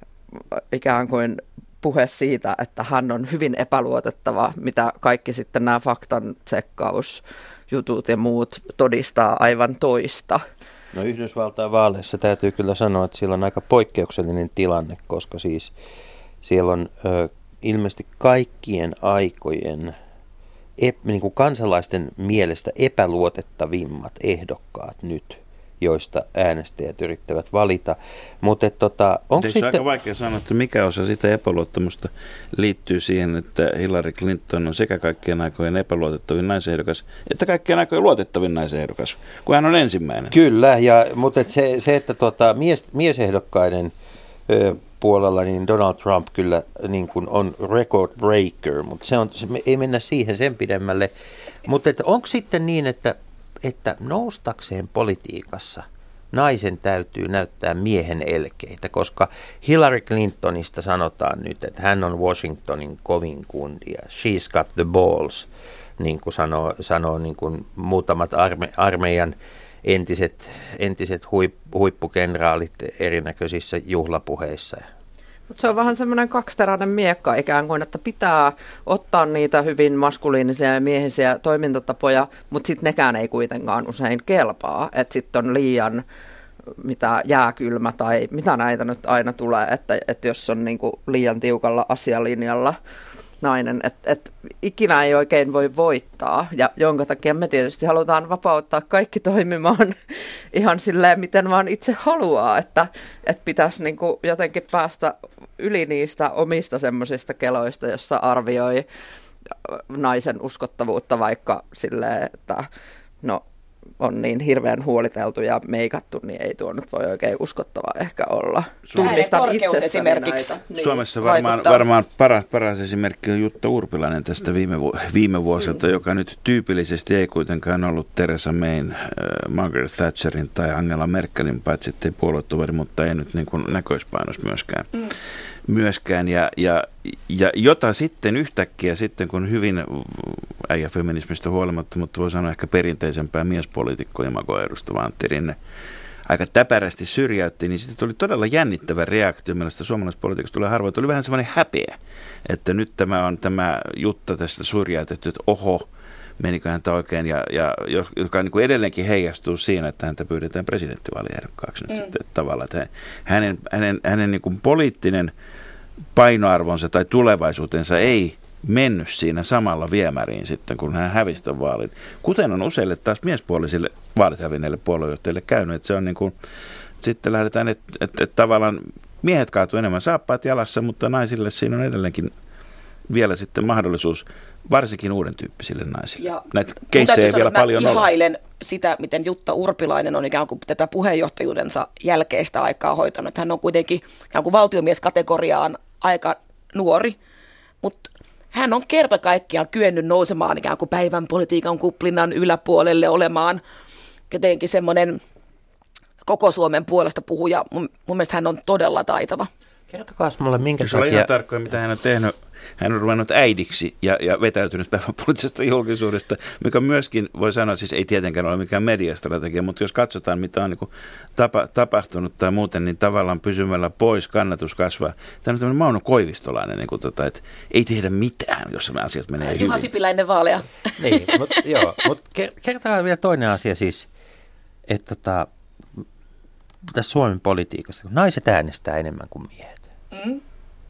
ikään kuin puhe siitä, että hän on hyvin epäluotettava, mitä kaikki sitten nämä faktan tsekkausjutut ja muut todistaa aivan toista.
No Yhdysvaltain vaaleissa täytyy kyllä sanoa, että siellä on aika poikkeuksellinen tilanne, koska siis siellä on ö, ilmeisesti kaikkien aikojen ep, niin kuin kansalaisten mielestä epäluotettavimmat ehdokkaat nyt, joista äänestäjät yrittävät valita. Mutta tota, onko sitten...
aika vaikea sanoa, että mikä osa sitä epäluottamusta liittyy siihen, että Hillary Clinton on sekä kaikkien aikojen epäluotettavin naisehdokas, että kaikkien aikojen luotettavin naisehdokas, kun hän on ensimmäinen.
Kyllä, ja, mutta et se, se, että tota, mies, miesehdokkaiden ö, puolella niin Donald Trump kyllä niin kuin on record breaker, mutta se on, se, ei mennä siihen sen pidemmälle. Mutta onko sitten niin, että että noustakseen politiikassa naisen täytyy näyttää miehen elkeitä, koska Hillary Clintonista sanotaan nyt, että hän on Washingtonin kovin kundi ja she's got the balls, niin kuin sanoo, sanoo niin kuin muutamat arme, armeijan entiset, entiset huip, huippukenraalit erinäköisissä juhlapuheissa.
Mutta se on vähän semmoinen kaksiteräinen miekka ikään kuin, että pitää ottaa niitä hyvin maskuliinisia ja miehisiä toimintatapoja, mutta sitten nekään ei kuitenkaan usein kelpaa. Että sitten on liian mitä jääkylmä tai mitä näitä nyt aina tulee, että, että jos on niinku liian tiukalla asialinjalla nainen, että et ikinä ei oikein voi voittaa, ja jonka takia me tietysti halutaan vapauttaa kaikki toimimaan ihan silleen, miten vaan itse haluaa, että et pitäisi niinku jotenkin päästä yli niistä omista semmoisista keloista, jossa arvioi naisen uskottavuutta vaikka silleen, että no on niin hirveän huoliteltu ja meikattu, niin ei tuo nyt voi oikein uskottava ehkä olla.
Tunnistan itsessäni näitä.
Niin, Suomessa varmaan, varmaan paras, paras esimerkki on Jutta Urpilainen tästä viime, vu- viime vuosilta, mm. joka nyt tyypillisesti ei kuitenkaan ollut Theresa Mayn, äh, Margaret Thatcherin tai Angela Merkelin, paitsi ettei puoluetoveri, mutta ei nyt niin kuin näköispainos myöskään. Mm. myöskään ja, ja, ja jota sitten yhtäkkiä sitten, kun hyvin äijäfeminismistä huolimatta, mutta voi sanoa ehkä perinteisempää miespoliitikko-imagoa edustava Antti Rinne aika täpärästi syrjäytti, niin sitten tuli todella jännittävä reaktio. Mielestäni suomalaispolitiikasta tulee harvoin. Tuli vähän semmoinen häpeä, että nyt tämä on tämä Jutta tästä syrjäytetty, että oho, menikö häntä oikein, ja, ja joka niin kuin edelleenkin heijastuu siinä, että häntä pyydetään presidenttivaaliehdokkaaksi nyt mm. sitten tavallaan. Että hänen hänen, hänen niin kuin poliittinen painoarvonsa tai tulevaisuutensa ei mennyt siinä samalla viemäriin sitten, kun hän hävisi tämän vaalin. Kuten on useille taas miespuolisille vaalit hävinneille puoluejohtajille käynyt, että se on niin kuin, sitten lähdetään, että, että, että tavallaan miehet kaatuu enemmän saappaat jalassa, mutta naisille siinä on edelleenkin vielä sitten mahdollisuus, varsinkin uuden tyyppisille naisille. Ja näitä keissejä ei vielä paljon ole.
Ihailen sitä, miten Jutta Urpilainen on ikään kuin tätä puheenjohtajuudensa jälkeistä aikaa hoitanut. Hän on kuitenkin ikään kuin valtiomieskategoriaan aika nuori, mutta hän on kerta kaikkiaan kyennyt nousemaan ikään kuin päivän politiikan kuplinnan yläpuolelle, olemaan jotenkin semmoinen koko Suomen puolesta puhuja. Mun, mun mielestä hän on todella taitava.
Kertokaa mulle, minkä
takia... ihan tarkkoja, mitä hän on tehnyt. Hän on ruvennut äidiksi ja, ja vetäytynyt päivänpoliittisesta julkisuudesta, mikä myöskin voi sanoa, siis ei tietenkään ole mikään mediastrategia, mutta jos katsotaan, mitä on niin kuin tapa, tapahtunut tai muuten, niin tavallaan pysymällä pois kannatus kasvaa. Tämä on tämmöinen Mauno Koivistolainen, niin kuin tota, että ei tehdä mitään, jos nämä asiat menee hyvin.
Juha Sipilä ennen vaaleja.
Niin, mutta joo, mutta kertokaa vielä toinen asia siis, että tota, tässä Suomen politiikassa, kun naiset äänestää enemmän kuin miehet. Mm.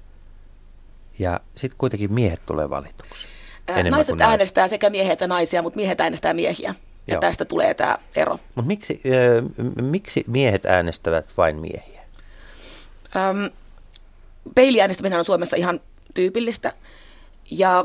Ja sitten kuitenkin miehet tulee valituksi.
Naiset äänestää sekä miehiä että naisia, mutta miehet äänestää miehiä. Ja Joo. tästä tulee tämä ero.
Mutta miksi, äh, miksi miehet äänestävät vain miehiä?
Ähm, peiliäänestäminen on Suomessa ihan tyypillistä. Ja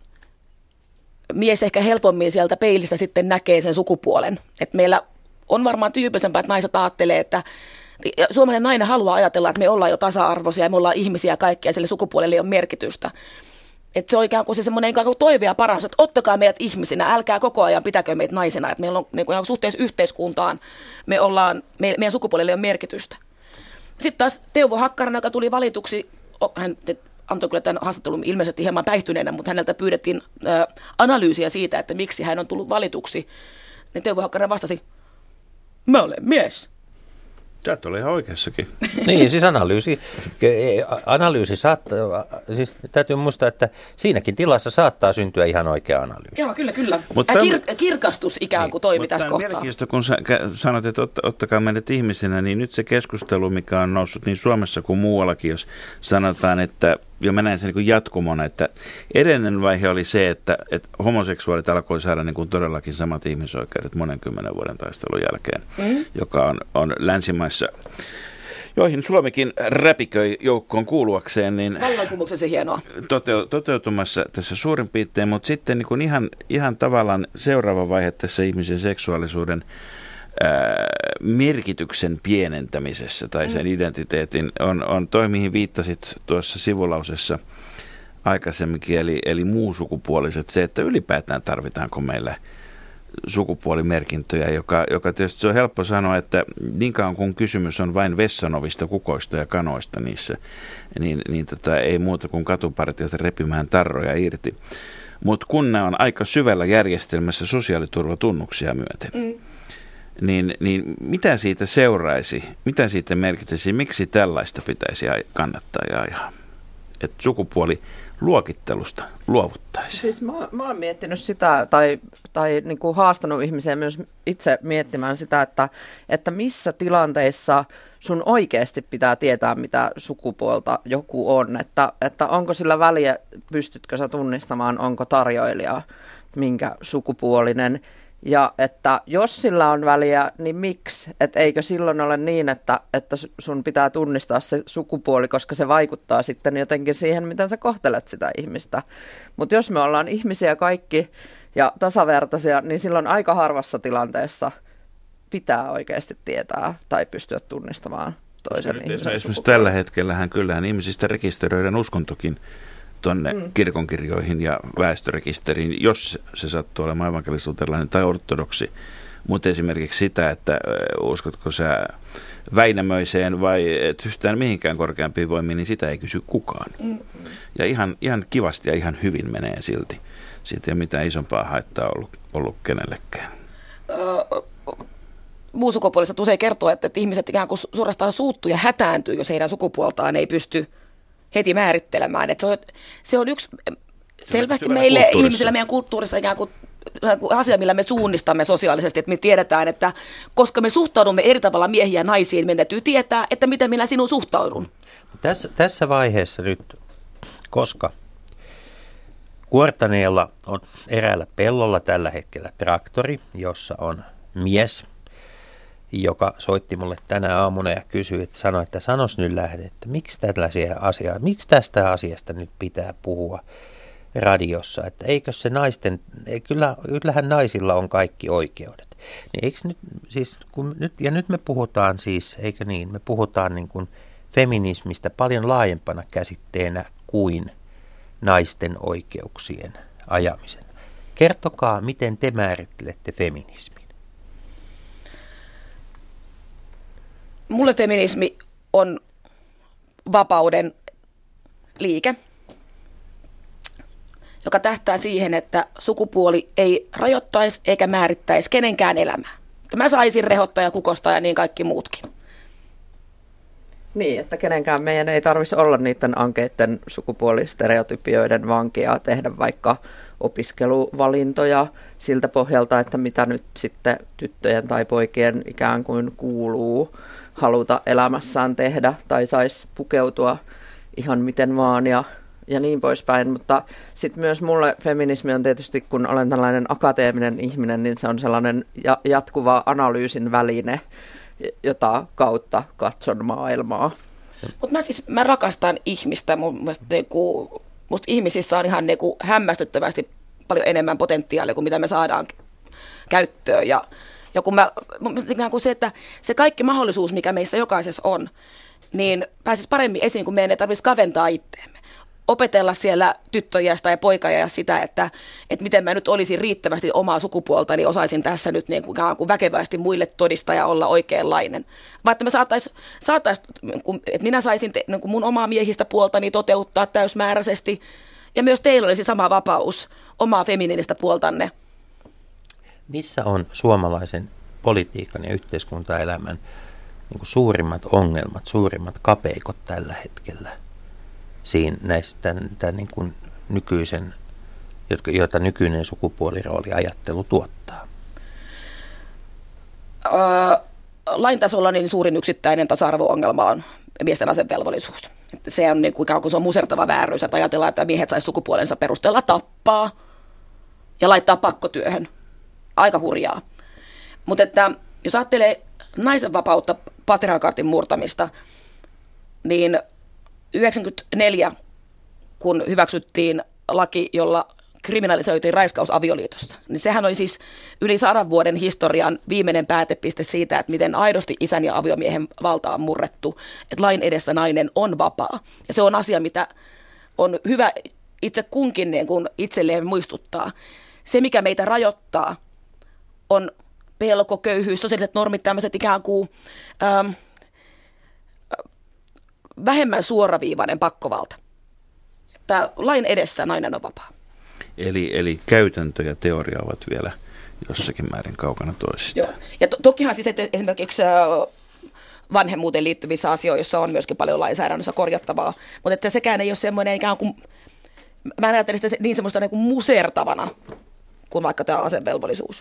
mies ehkä helpommin sieltä peilistä sitten näkee sen sukupuolen. Et meillä on varmaan tyypillisempää, että naiset ajattelee, että suomalainen nainen haluaa ajatella, että me ollaan jo tasa-arvoisia ja me ollaan ihmisiä ja kaikkia, ja sille sukupuolelle ei ole merkitystä. Että se on ikään kuin se semmoinen ikään kuin toive ja parannus, että ottakaa meidät ihmisinä, älkää koko ajan pitäkö meitä naisina. Että meillä on niin kuin suhteessa yhteiskuntaan, me ollaan, me, meidän sukupuolelle ei ole merkitystä. Sitten taas Teuvo Hakkarainen, joka tuli valituksi, hän antoi kyllä tämän haastattelun ilmeisesti hieman päihtyneenä, mutta häneltä pyydettiin ä, analyysiä siitä, että miksi hän on tullut valituksi. Niin Teuvo Hakkarainen vastasi, mä olen mies.
Sä et ole ihan oikeassakin.
Niin, siis analyysi, analyysi saattaa, siis täytyy muistaa, että siinäkin tilassa saattaa syntyä ihan oikea analyysi.
Joo, kyllä, kyllä.
Mutta
Kir- kirkastus ikään kuin niin, toimi tässä kohtaa.
Mielenkiintoista, kun sä sanot, että ot, ottakaa meidät ihmisenä, niin nyt se keskustelu, mikä on noussut niin Suomessa kuin muuallakin, jos sanotaan, että, ja mä näen sen niin kuin jatkumona, että edellinen vaihe oli se, että, että homoseksuaalit alkoi saada niin kuin todellakin samat ihmisoikeudet monen kymmenen vuoden taistelun jälkeen, mm-hmm. joka on, on länsimaissa, joihin Suomikin räpiköi joukkoon kuuluakseen, niin
vallankumouksen se hienoa.
Toteu, toteutumassa tässä suurin piirtein, mutta sitten niin kuin ihan, ihan tavallaan seuraava vaihe tässä ihmisen seksuaalisuuden ää, merkityksen pienentämisessä tai sen identiteetin on, on toi, mihin viittasit tuossa sivulausessa aikaisemminkin, eli, eli muussukupuoliset, se, että ylipäätään tarvitaanko meillä sukupuolimerkintöjä, joka, joka tietysti se on helppo sanoa, että niin kauan kun kysymys on vain vessanovista, kukoista ja kanoista niissä, niin, niin tota, ei muuta kuin katupartiot repimään tarroja irti. Mutta kun ne on aika syvällä järjestelmässä sosiaaliturvatunnuksia myöten, mm. niin, niin mitä siitä seuraisi, mitä siitä merkitsisi, miksi tällaista pitäisi kannattaa ja ajaa? Että sukupuoli luokittelusta luovuttaisiin.
Siis mä, mä oon miettinyt sitä, tai, tai niin kuin haastanut ihmisiä myös itse miettimään sitä, että, että missä tilanteissa sun oikeasti pitää tietää, mitä sukupuolta joku on. Että, että onko sillä väliä, pystytkö sä tunnistamaan, onko tarjoilija minkä sukupuolinen. Ja että jos sillä on väliä, niin miksi? Että eikö silloin ole niin, että, että sun pitää tunnistaa se sukupuoli, koska se vaikuttaa sitten jotenkin siihen, miten sä kohtelet sitä ihmistä. Mutta jos me ollaan ihmisiä kaikki ja tasavertaisia, niin silloin aika harvassa tilanteessa pitää oikeasti tietää tai pystyä tunnistamaan toisen ihmisen sukupuolta.
Esimerkiksi tällä hetkellähän kyllähän ihmisistä rekisteröidään uskontokin tuonne mm. kirkonkirjoihin ja väestörekisteriin, jos se sattuu olemaan evankelis-luterilainen tai ortodoksi. Mutta esimerkiksi sitä, että uskotko sä Väinämöiseen vai et yhtään mihinkään korkeampiin voimiin, niin sitä ei kysy kukaan. Mm. Ja ihan, ihan kivasti ja ihan hyvin menee silti. Siitä ei ole mitään isompaa haittaa ollut, ollut kenellekään.
Muussukupuoliset usein kertoo, että, että ihmiset ikään kuin suorastaan suuttuu ja hätääntyy, jos heidän sukupuoltaan ei pysty heti määrittelemään. Että se, on, se on yksi selvästi meille ihmisillä meidän kulttuurissa ikään kuin asia, millä me suunnistamme sosiaalisesti, että me tiedetään, että koska me suhtaudumme eri tavalla miehiin ja naisiin, meidän täytyy tietää, että miten minä sinun suhtaudun.
Tässä, tässä vaiheessa nyt, koska Kuortaneella on eräällä pellolla tällä hetkellä traktori, jossa on mies, joka soitti mulle tänä aamuna ja kysyi, että sanoi, että sanos nyt lähde, että miksi tällaisia asiaa, miksi tästä asiasta nyt pitää puhua radiossa, että eikö se naisten, kyllä, kyllähän naisilla on kaikki oikeudet. Niin eikö nyt, siis, kun nyt, ja nyt me puhutaan siis, eikö niin, me puhutaan niin kuin feminismistä paljon laajempana käsitteenä kuin naisten oikeuksien ajamisen. Kertokaa, miten te määrittelette feminismin.
Mulle feminismi on vapauden liike, joka tähtää siihen, että sukupuoli ei rajoittaisi eikä määrittäisi kenenkään elämää. Että mä saisin rehottaa ja kukostaa ja niin kaikki muutkin.
Niin, että kenenkään meidän ei tarvitsisi olla niiden ankeiden sukupuolistereotypioiden vankia, tehdä vaikka opiskeluvalintoja siltä pohjalta, että mitä nyt sitten tyttöjen tai poikien ikään kuin kuuluu haluta elämässään tehdä tai saisi pukeutua ihan miten vaan ja, ja niin poispäin. Mutta sitten myös mulle feminismi on tietysti, kun olen tällainen akateeminen ihminen, niin se on sellainen ja, jatkuva analyysin väline, jota kautta katson maailmaa.
Mutta mä siis mä rakastan ihmistä. Mun mielestä niinku, musta ihmisissä on ihan niin kuin hämmästyttävästi paljon enemmän potentiaalia kuin mitä me saadaan käyttöön. Ja, ja kun mä, ikään kuin se, että se kaikki mahdollisuus, mikä meissä jokaisessa on, niin pääsisi paremmin esiin, kun meidän ei tarvitsisi kaventaa itteemme. Opetella siellä tyttöjästä ja poikajasta sitä, että, että miten mä nyt olisin riittävästi omaa sukupuolta, niin osaisin tässä nyt niin kuin, kuin väkevästi muille todistaa ja olla oikeanlainen. Vaan että me saatais, saatais, että minä saisin te, niin kuin mun omaa miehistä puoltani toteuttaa täysmääräisesti, ja myös teillä olisi sama vapaus omaa feminiinistä puoltanne.
Missä on suomalaisen politiikan ja yhteiskuntaelämän niin kuin suurimmat ongelmat, suurimmat kapeikot tällä hetkellä? Siinä näistä tämän, tämän niin kuin nykyisen, jota nykyinen sukupuolirooliajattelu tuottaa?
Öö, lain tasolla niin suurin yksittäinen tasa-arvo-ongelma on miesten asevelvollisuus. Että se on niin kuin, ikään kuin se on musertava vääryys, että ajatellaan, että miehet saisi sukupuolensa perusteella tappaa ja laittaa pakkotyöhön. Aika hurjaa. Mutta että jos ajattelee naisen vapautta, patriarkaatin murtamista, niin yhdeksänkymmentäneljä, kun hyväksyttiin laki, jolla kriminalisoitiin raiskaus avioliitossa, niin sehän oli siis yli sadan vuoden historian viimeinen päätepiste siitä, että miten aidosti isän ja aviomiehen valta on murrettu, että lain edessä nainen on vapaa. Ja se on asia, mitä on hyvä itse kunkin niin kuin itselleen muistuttaa. Se, mikä meitä rajoittaa, on pelko, köyhyys, sosiaaliset normit, tämmöiset ikään kuin ähm, vähemmän suoraviivainen pakkovalta. Että lain edessä nainen on vapaa.
Eli, eli käytäntö ja teoria ovat vielä jossakin määrin kaukana toisistaan.
Joo. Ja to, tokihan siis että esimerkiksi vanhemmuuteen liittyvissä asioissa on myöskin paljon lainsäädännössä korjattavaa, mutta että sekään ei ole semmoinen ikään kuin, mä en ajattele sitä niin semmoista niin kuin musertavana kuin vaikka tämä asevelvollisuus.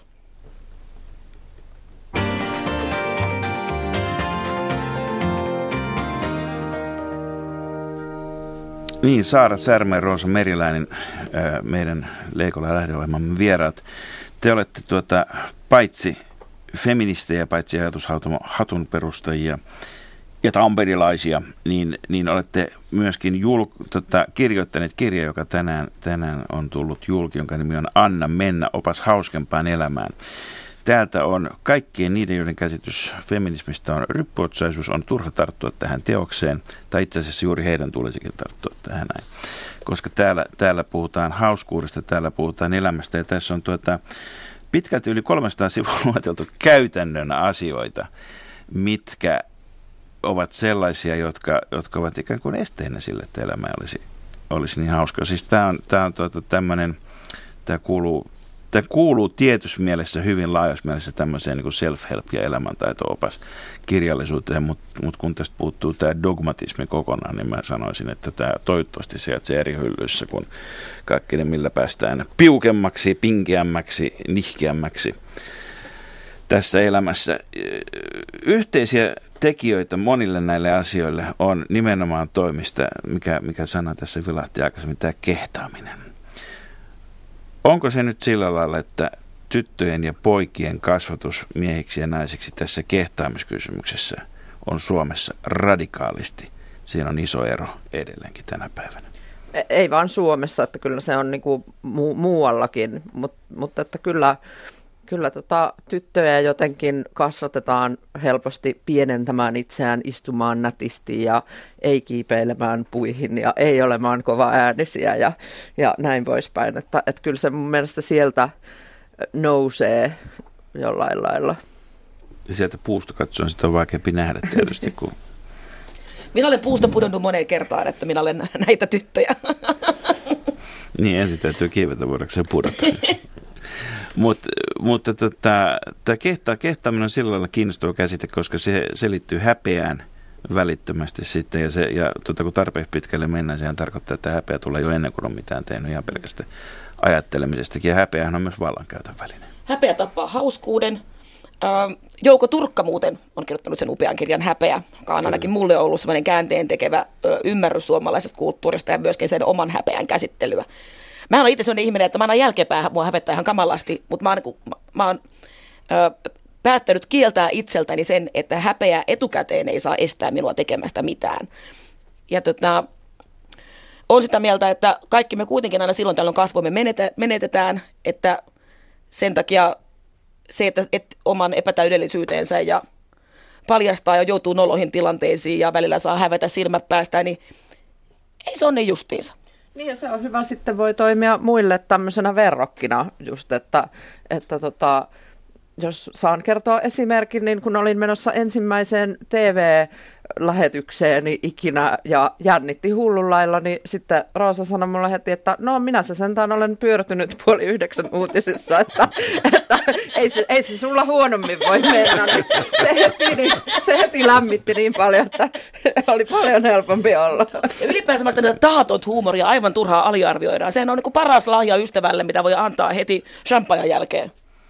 Niin, Saara Särmä ja Roosa Meriläinen, meidän Leikola lähdeohjelmamme vieraat. Te olette tuota, paitsi feministejä, paitsi ajatushatun perustajia ja tamperilaisia, niin, niin olette myöskin jul, tota, kirjoittaneet kirja, joka tänään, tänään on tullut julki, jonka nimi on Anna mennä, opas hauskempaan elämään. Täältä on kaikkien niiden, joiden käsitys feminismistä on ryppyotsaisuus, on turha tarttua tähän teokseen, tai itse asiassa juuri heidän tulisikin tarttua tähän näin. Koska täällä, täällä puhutaan hauskuudesta, täällä puhutaan elämästä, ja tässä on tuota, pitkälti yli kolmesataa sivua lueteltu käytännön asioita, mitkä ovat sellaisia, jotka, jotka ovat ikään kuin esteenä sille, että elämä olisi, olisi niin hauska. Siis tämä on, tämä on tuota, tämmöinen, tämä kuuluu... Tämä kuuluu tietyssä mielessä hyvin laajassa mielessä tämmöiseen niin kuin self-help- ja elämäntaito-opas kirjallisuuteen, mutta mut kun tästä puuttuu tämä dogmatismi kokonaan, niin mä sanoisin, että tämä toivottavasti sijaitsee eri hyllyissä kuin kaikki ne, millä päästään piukemmaksi, pinkeämmäksi, nihkeämmäksi tässä elämässä. Yhteisiä tekijöitä monille näille asioille on nimenomaan toimista, mikä, mikä sana tässä vilahti aikaisemmin, tämä kehtaaminen. Onko se nyt sillä lailla, että tyttöjen ja poikien kasvatus miehiksi ja naisiksi tässä kehtaamiskysymyksessä on Suomessa radikaalisti? Siinä on iso ero edelleenkin tänä päivänä.
Ei vaan Suomessa, että kyllä se on niin kuin mu- muuallakin, Mut, mutta että kyllä, kyllä tota, tyttöjä jotenkin kasvatetaan helposti pienentämään itseään, istumaan nätisti ja ei kiipeilemään puihin ja ei olemaan kova äänisiä ja, ja näin poispäin. Että, että kyllä se mun mielestä sieltä nousee jollain lailla.
Ja sieltä puusta katsoen sitä on vaikeampi nähdä tietysti. Kun...
Minä olen puusta pudonnut moneen kertaan, että minä olen näitä tyttöjä.
Niin, ensin täytyy kiivetä, voidaanko pudota. Mut, mutta tota, tämä kehta, kehtaaminen on sillä lailla kiinnostava käsite, koska se, se liittyy häpeään välittömästi sitten. Ja, se, ja tota, kun tarpeeksi pitkälle mennään, sehän tarkoittaa, että häpeä tulee jo ennen kuin on mitään tehnyt ihan pelkästään ajattelemisestakin. Ja häpeähän on myös vallankäytön väline. Häpeä
tappaa hauskuuden. Jouko Turkka muuten on kirjoittanut sen upean kirjan Häpeä, joka on ainakin mulle ollut sellainen käänteen tekevä ymmärrys suomalaisesta kulttuurista ja myöskin sen oman häpeän käsittelyä. Mä oon itse sellainen ihminen, että mä aina jälkeenpäin mua hävettää ihan kamalasti, mutta mä oon, mä oon ö, päättänyt kieltää itseltäni sen, että häpeä etukäteen ei saa estää minua tekemästä mitään. Ja tota, on sitä mieltä, että kaikki me kuitenkin aina silloin tällöin kasvoimme menetetään, että sen takia se, että, että oman epätäydellisyytensä ja paljastaa ja joutuu noloihin tilanteisiin ja välillä saa hävetä silmät päästään, niin ei se ole niin justiinsa.
Niin ja se on hyvä, sitten voi toimia muille tämmöisenä verrokkina just, että, että tota, jos saan kertoa esimerkin, niin kun olin menossa ensimmäiseen T V-lähetykseeni ikinä ja jännitti hullun lailla, niin sitten Roosa sanoi mulle heti, että no minä se sentään olen pyörtynyt puoli yhdeksän uutisissa, että, että ei, se, ei se sulla huonommin voi mennä. Niin se, heti, niin, se heti lämmitti niin paljon, että oli paljon helpompi olla.
Ja ylipäänsä näitä tahatonta huumoria aivan turhaa aliarvioidaan. Sehän on niin kuin paras lahja ystävälle, mitä voi antaa heti champagnen jälkeen.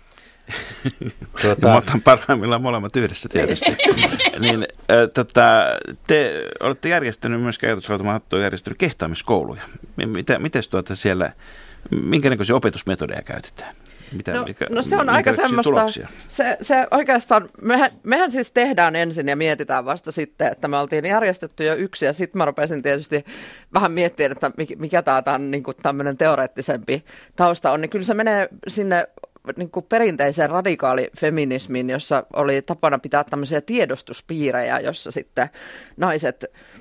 Tuota... Mä otan parhaimmillaan molemmat yhdessä tietysti. niin, äh, tota, te olette järjestänyt myös Ajatusautomaatio on järjestänyt kehtaamiskouluja. Miten, mites tuota siellä, minkä näköisiä opetusmetodeja käytetään? Mitä,
no,
mikä,
no se on aika semmoista, se, se oikeastaan, mehän, mehän siis tehdään ensin ja mietitään vasta sitten, että me oltiin järjestetty jo yksi ja sitten mä rupesin tietysti vähän miettimään, että mikä tämä on niin kuin tämmöinen teoreettisempi tausta on, niin kyllä se menee sinne niin kuin perinteiseen radikaalifeminismiin, jossa oli tapana pitää tämmöisiä tiedostuspiirejä, jossa sitten naiset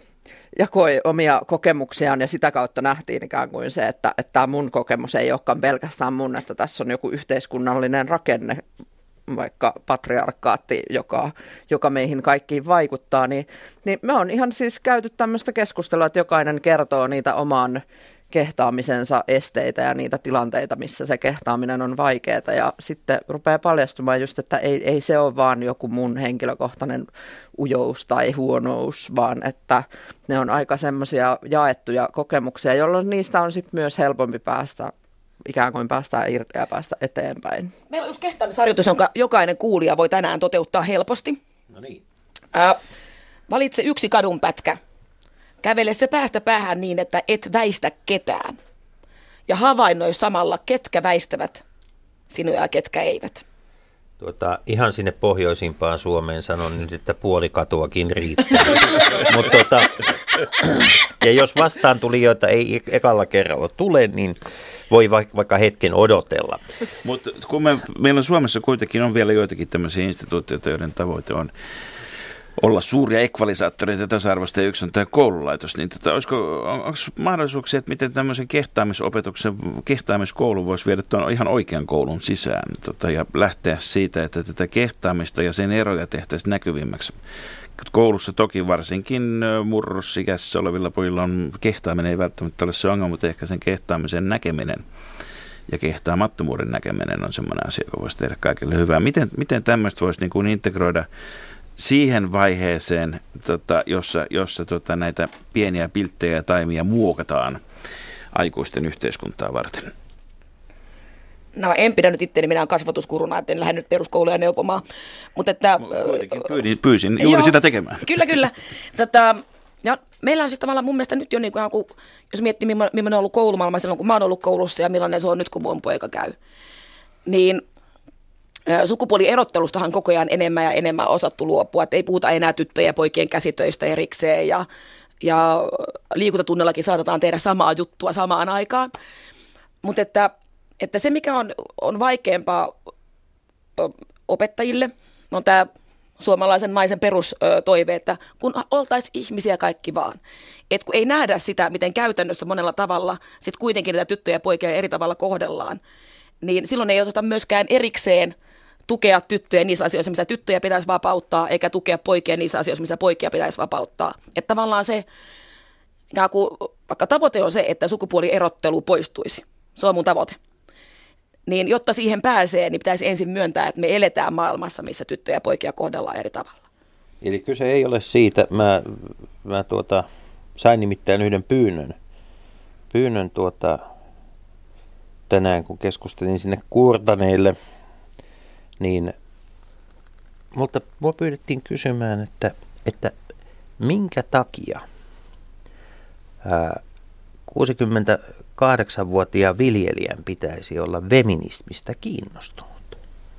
jakoi omia kokemuksiaan ja sitä kautta nähtiin ikään kuin se, että, että tämä mun kokemus ei olekaan pelkästään mun, että tässä on joku yhteiskunnallinen rakenne, vaikka patriarkaatti, joka, joka meihin kaikkiin vaikuttaa, niin, niin me on ihan siis käyty tämmöistä keskustelua, että jokainen kertoo niitä oman kehtaamisensa esteitä ja niitä tilanteita, missä se kehtaaminen on vaikeaa ja sitten rupeaa paljastumaan just, että ei, ei se ole vaan joku mun henkilökohtainen ujous tai huonous, vaan että ne on aika semmoisia jaettuja kokemuksia, jolloin niistä on sitten myös helpompi päästä, ikään kuin päästään irti ja päästä eteenpäin.
Meillä on yksi kehtaamisharjoitus, jonka jokainen kuulija voi tänään toteuttaa helposti.
No niin.
Äh, valitse yksi kadunpätkä. Kävele se päästä päähän niin, että et väistä ketään. Ja havainnoi samalla, ketkä väistävät sinua ja ketkä eivät.
Tuota, ihan sinne pohjoisimpaan Suomeen sanon nyt, että puoli katuakin riittää. Mut tuota, ja jos vastaantulijoita ei ekalla kerralla tule, niin voi vaikka hetken odotella.
Mutta kun me, meillä on Suomessa kuitenkin on vielä joitakin tämmöisiä instituutioita, joiden tavoite on olla suuria ekvalisaattoreita ja tasa-arvoista, ja yksi on tämä koululaitos, niin tota, olisiko, on, onko mahdollisuuksia, että miten tämmöisen kehtaamisopetuksen, kehtaamiskoulu voisi viedä tuon ihan oikean koulun sisään tota, ja lähteä siitä, että tätä kehtaamista ja sen eroja tehtäisiin näkyvimmäksi. Koulussa toki varsinkin murrosikässä olevilla pojilla on kehtaaminen ei välttämättä ole se ongelma, mutta ehkä sen kehtaamisen näkeminen ja kehtaamattomuuden näkeminen on semmoinen asia, joka voisi tehdä kaikille hyvää. Miten, miten tämmöistä voisi niin kuin integroida siihen vaiheeseen, tota, jossa, jossa tota, näitä pieniä pilttejä ja taimia muokataan aikuisten yhteiskuntaa varten?
No en pidä nyt itteni minään kasvatuskuruna, että en lähde nyt peruskouluja neuvomaan. Mutta että,
pyysin, pyysin juuri joo, sitä tekemään.
Kyllä, kyllä. Tätä, ja meillä on siis tavallaan mun mielestä nyt jo, niin kuin, jos miettii millainen on ollut koulumaailma silloin, kun mä oon ollut koulussa ja millainen se on nyt, kun mun poika käy, niin sukupuolierottelustahan koko ajan enemmän ja enemmän osattu luopua, että ei puhuta enää tyttöjen ja poikien käsitöistä erikseen ja, ja liikuntatunnellakin saatetaan tehdä samaa juttua samaan aikaan. Mutta että, että se, mikä on, on vaikeampaa opettajille, on tämä suomalaisen naisen perustoive, että kun oltaisiin ihmisiä kaikki vaan. Että kun ei nähdä sitä, miten käytännössä monella tavalla sit kuitenkin näitä tyttöjä ja poikia eri tavalla kohdellaan, niin silloin ei oteta myöskään erikseen tukea tyttöjä niissä asioissa, missä tyttöjä pitäisi vapauttaa, eikä tukea poikia niissä asioissa, missä poikia pitäisi vapauttaa. Että tavallaan se, vaikka tavoite on se, että sukupuolierottelu poistuisi, se on mun tavoite, niin jotta siihen pääsee, niin pitäisi ensin myöntää, että me eletään maailmassa, missä tyttöjä ja poikia kohdellaan eri tavalla.
Eli kyse ei ole siitä, mä, mä tuota, sain nimittäin yhden pyynnön, pyynnön tuota, tänään, kun keskustelin sinne kuurtaneille, niin multa, mua pyydettiin kysymään, että, että minkä takia ää, kuusikymmentäkahdeksanvuotiaan viljelijän pitäisi olla feminismistä kiinnostunut?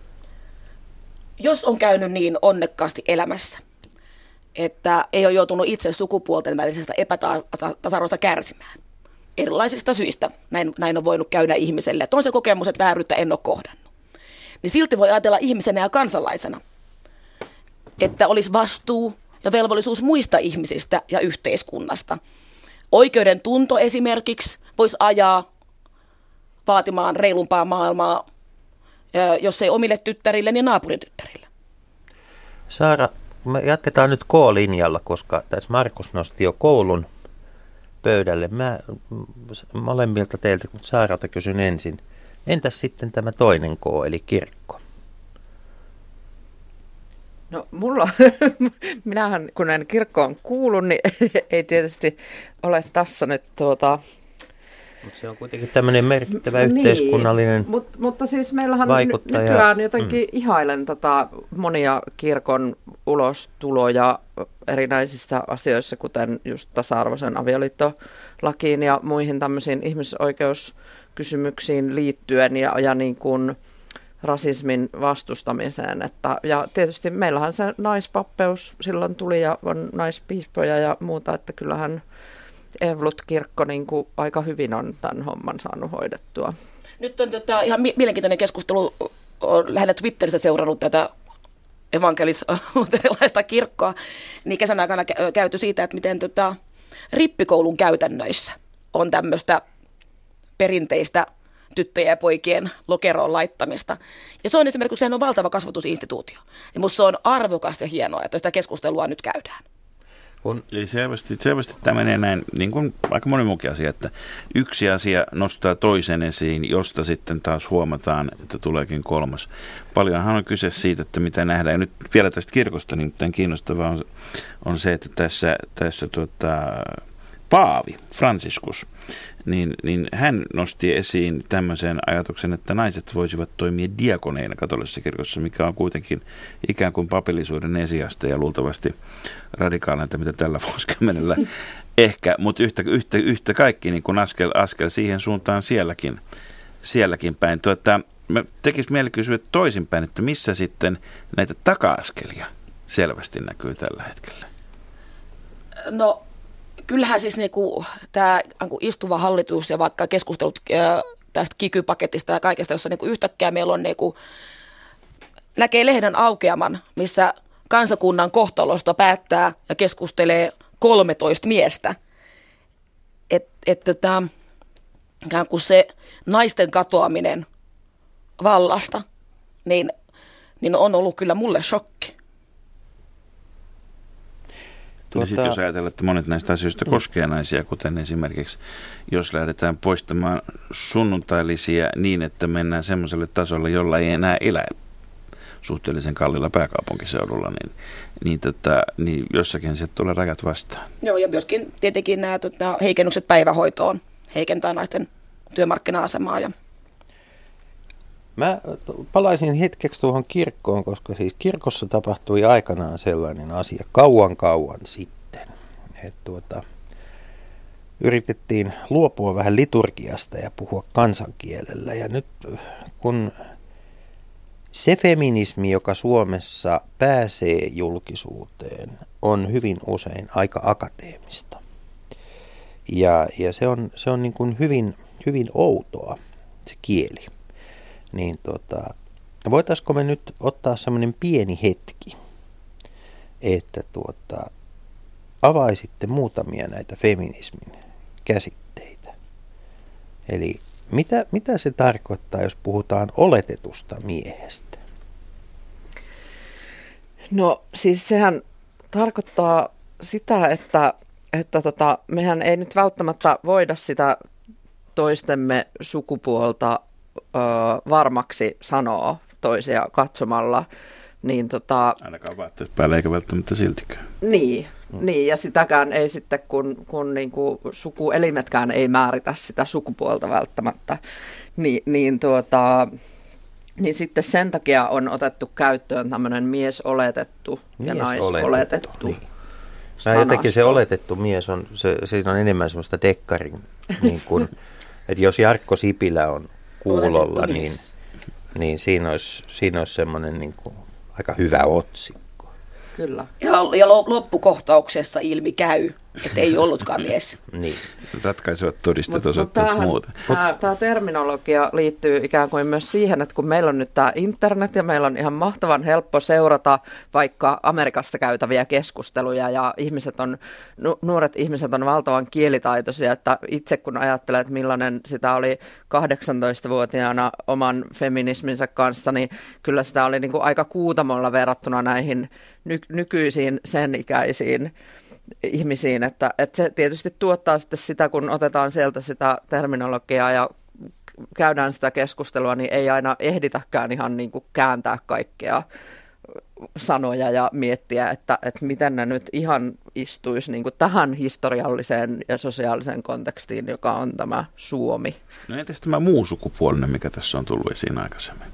Jos on käynyt niin onnekkaasti elämässä, että ei ole joutunut itse sukupuolten välisestä epätasa-arvosta kärsimään, erilaisista syistä näin, näin on voinut käydä ihmiselle. Että on se kokemus, että vääryyttä en ole kohdannut. Niin silti voi ajatella ihmisenä ja kansalaisena, että olisi vastuu ja velvollisuus muista ihmisistä ja yhteiskunnasta. Oikeuden tunto esimerkiksi voisi ajaa vaatimaan reilumpaa maailmaa, jos ei omille tyttärille, niin naapurin tyttärille.
Saara, me jatketaan nyt K-linjalla, koska tässä Markus nosti jo koulun pöydälle. Mä molemmilta teiltä, mutta Saaralta kysyn ensin. Entäs sitten tämä toinen K, eli kirkko?
No mulla, minähän kun en kirkkoon kuulu, niin ei tietysti ole tässä nyt tuota...
Mutta se on kuitenkin tämmöinen merkittävä yhteiskunnallinen
niin, mut, mutta siis meillähän
vaikuttaja.
Nykyään jotenkin mm. ihailen tota monia kirkon ulostuloja erinäisissä asioissa, kuten just tasa-arvoisen avioliittolakiin ja muihin tämmöisiin ihmisoikeuskysymyksiin liittyen ja, ja niin kuin rasismin vastustamiseen. Että, ja tietysti meillähän se naispappeus silloin tuli ja on naispiispoja ja muuta, että kyllähän Eevlut-kirkko niin kuin aika hyvin on tämän homman saanut hoidettua.
Nyt on tota, ihan mielenkiintoinen keskustelu. Olen lähinnä Twitterissä seurannut tätä evankelis-luterilaista kirkkoa. Niin kesän aikana käyty siitä, että miten tota, rippikoulun käytännöissä on tämmöistä perinteistä tyttöjen ja poikien lokeroon laittamista. Ja se on esimerkiksi sehän on valtava kasvatusinstituutio. Ja musta se on arvokasta ja hienoa, että sitä keskustelua nyt käydään.
Kun... Eli selvästi, selvästi tämä menee näin, niin kuin aika moni muukin asia, että yksi asia nostaa toisen esiin, josta sitten taas huomataan, että tuleekin kolmas. Paljonhan on kyse siitä, että mitä nähdään. Ja nyt vielä tästä kirkosta, niin tämän kiinnostavaa on, on se, että tässä, tässä tuota, Paavi, Franciscus, niin, niin hän nosti esiin tämmöisen ajatuksen, että naiset voisivat toimia diakoneina katolisessa kirkossa, mikä on kuitenkin ikään kuin papillisuuden esiaste ja luultavasti radikaalinta, mitä tällä vuosikymmenellä ehkä, mutta yhtä, yhtä, yhtä kaikki niin kuin askel, askel siihen suuntaan sielläkin, sielläkin päin. Tuota, mä tekis mieli kysyä toisinpäin, että missä sitten näitä taka-askelia selvästi näkyy tällä hetkellä?
No kyllähän siis niinku tämä istuva hallitus ja vaikka keskustelut ää, tästä kiky-paketista ja kaikesta, jossa niinku yhtäkkiä meillä on niinku, näkee lehden aukeaman, missä kansakunnan kohtalosta päättää ja keskustelee kolmetoista miestä. Että et, tota, ikään kuin se naisten katoaminen vallasta, niin, niin on ollut kyllä mulle shokki.
Ja sitten jos ajatellaan, että monet näistä asioista koskee naisia, kuten esimerkiksi jos lähdetään poistamaan sunnuntailisiä niin, että mennään semmoiselle tasolle, jolla ei enää elä suhteellisen kallilla pääkaupunkiseudulla, niin, niin, tota, niin jossakin se tulee rajat vastaan.
Joo, ja myöskin tietenkin nämä tota, heikennykset päivähoitoon heikentää naisten työmarkkina-asemaa. Ja...
Mä palaisin hetkeksi tuohon kirkkoon, koska siis kirkossa tapahtui aikanaan sellainen asia kauan kauan sitten, että tuota, yritettiin luopua vähän liturgiasta ja puhua kansankielellä. Ja nyt kun se feminismi, joka Suomessa pääsee julkisuuteen, on hyvin usein aika akateemista. Ja, ja se on, se on niin kuin hyvin, hyvin outoa, se kieli. Niin tota, voitaisiko me nyt ottaa semmoinen pieni hetki, että tuota, avaisitte muutamia näitä feminismin käsitteitä. Eli mitä, mitä se tarkoittaa, jos puhutaan oletetusta miehestä?
No siis sehän tarkoittaa sitä, että, että tota, mehän ei nyt välttämättä voida sitä toistemme sukupuolta ö, varmaksi sanoa toisia katsomalla. Niin tota,
ainakaan vaatteet päällä eikä välttämättä siltikään.
Niin, mm. niin, ja sitäkään ei sitten, kun, kun niin kuin sukuelimetkään ei määritä sitä sukupuolta välttämättä, niin, niin, tuota, niin sitten sen takia on otettu käyttöön tämmöinen miesoletettu ja naisoletettu niin.
Mä jotenkin se oletettu mies, on, se, siinä on enemmän semmoista dekkarin, niin kuin, että jos Jarkko Sipilä on kuulolla, niin, niin siinä olisi, siinä olisi semmoinen niin kuin aika hyvä otsikko.
Kyllä.
Ja, ja loppukohtauksessa ilmi käy, että ei ollutkaan mies.
Niin.
Ratkaisevat todistet
Mut,
osoittavat
mut
muuta.
Tämä, tämä terminologia liittyy ikään kuin myös siihen, että kun meillä on nyt tämä internet ja meillä on ihan mahtavan helppo seurata vaikka Amerikasta käytäviä keskusteluja ja ihmiset on, nu, nuoret ihmiset on valtavan kielitaitoisia, että itse kun ajattelee, että millainen sitä oli kahdeksantoistavuotiaana oman feminisminsä kanssa, niin kyllä sitä oli niin kuin aika kuutamolla verrattuna näihin ny, nykyisiin sen ikäisiin ihmisiin, että, että se tietysti tuottaa sitten sitä, kun otetaan sieltä sitä terminologiaa ja käydään sitä keskustelua, niin ei aina ehditäkään ihan niin kuin kääntää kaikkea sanoja ja miettiä, että, että miten ne nyt ihan istuisi niin kuin tähän historialliseen ja sosiaaliseen kontekstiin, joka on tämä Suomi.
No entäs tämä muu sukupuolinen, mikä tässä on tullut esiin aikaisemmin?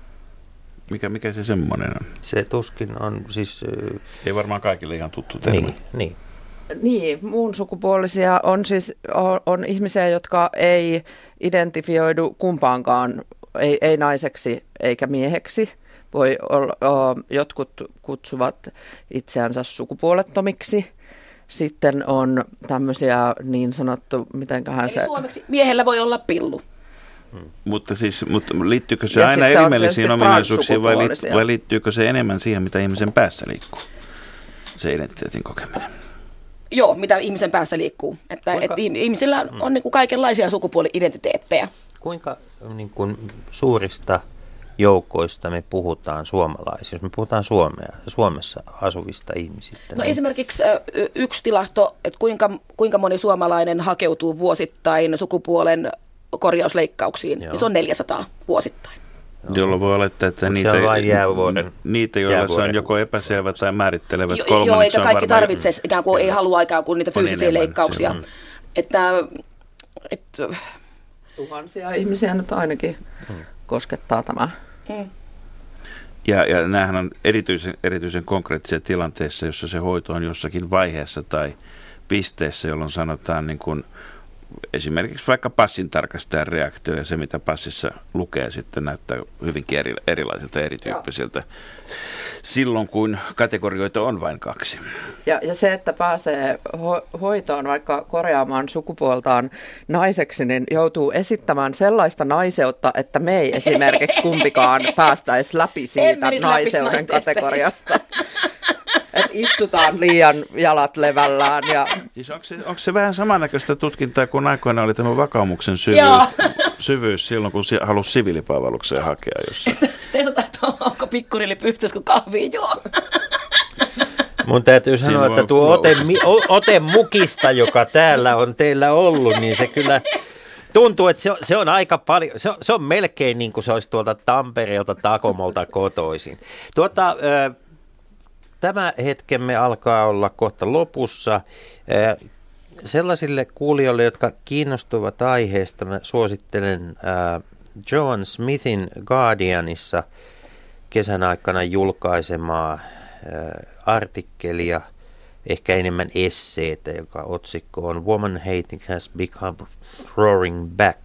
Mikä, mikä se semmoinen on?
Se tuskin on siis...
Ei varmaan kaikille ihan tuttu termi.
Niin, niin.
Niin, muun sukupuolisia on siis on, on ihmisiä, jotka ei identifioidu kumpaankaan, ei, ei naiseksi eikä mieheksi. Voi olla, jotkut kutsuvat itseänsä sukupuolettomiksi. Sitten on tämmöisiä niin sanottu, mitenköhän
Eli
se...
suomeksi miehellä voi olla pillu.
Hmm. Mutta, siis, mutta liittyykö se
ja
aina erimellisiin ominaisuuksiin vai, liitty, vai liittyykö se enemmän siihen, mitä ihmisen päässä liikkuu, se identiteetin kokeminen?
Joo, mitä ihmisen päässä liikkuu. Että, että ihmisillä on niin kuin kaikenlaisia sukupuoli-identiteettejä.
Kuinka niin kuin suurista joukoista me puhutaan suomalaisia, jos me puhutaan Suomea, Suomessa asuvista ihmisistä?
No
niin...
esimerkiksi yksi tilasto, että kuinka, kuinka moni suomalainen hakeutuu vuosittain sukupuolen korjausleikkauksiin, niin se on neljäsataa vuosittain.
Jolloin voi olettaa, että niitä, niitä, joilla se on joko epäselvä tai määrittelevät kolmanneksi.
Joo, eikä kaikki
varmaan...
tarvitse, ikään kuin ei halua ikään kuin niitä fyysisiä leikkauksia.
Mm.
Että, että...
Tuhansia ihmisiä nyt ainakin hmm. koskettaa tämä.
Hmm.
Ja, ja näähän on erityisen, erityisen konkreettisia tilanteissa, jossa se hoito on jossakin vaiheessa tai pisteessä, jolloin sanotaan niin kuin esimerkiksi vaikka passin tarkastajan reaktio ja se, mitä passissa lukee, sitten näyttää hyvinkin eri, erilaisilta, erityyppisiltä silloin, kun kategorioita on vain kaksi.
Ja, ja se, että pääsee ho- hoitoon vaikka korjaamaan sukupuoltaan naiseksi, niin joutuu esittämään sellaista naiseutta, että me ei esimerkiksi kumpikaan päästäisi läpi siitä naiseuden läpi kategoriasta. Että istutaan liian jalat levällään. Ja...
Siis onko se, onko se vähän samannäköistä tutkintaa kuin aikoina oli tämä vakaumuksen syvyys, syvyys silloin, kun halusi siviilipalvelukseen hakea jossain?
Teistä että onko pikkurilli pystyisi, kun kahvia juo?
Mun täytyy sanoa, että tuo ote, ote mukista, joka täällä on teillä ollut, niin se kyllä tuntuu, että se on, se on aika paljon, se on, se on melkein niin kuin se olisi tuolta Tampereelta Takomolta kotoisin. Tuota... Tämä hetkemme alkaa olla kohta lopussa. Sellaisille kuulijoille, jotka kiinnostuvat aiheesta, mä suosittelen Joan Smithin Guardianissa kesän aikana julkaisemaa artikkelia, ehkä enemmän esseitä, joka otsikko on Woman Hating Has Become Roaring Back.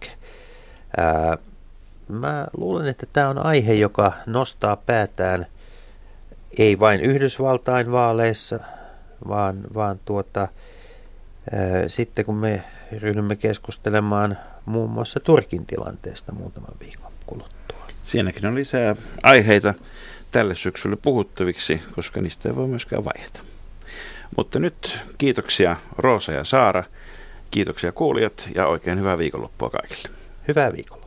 Mä luulen, että tämä on aihe, joka nostaa päätään ei vain Yhdysvaltain vaaleissa, vaan, vaan tuota, ää, sitten kun me ryhdymme keskustelemaan muun muassa Turkin tilanteesta muutaman viikon kuluttua.
Siinäkin on lisää aiheita tälle syksylle puhuttaviksi, koska niistä ei voi myöskään vaihdeta. Mutta nyt kiitoksia Roosa ja Saara, kiitoksia kuulijat ja oikein hyvää viikonloppua kaikille.
Hyvää viikonloppua.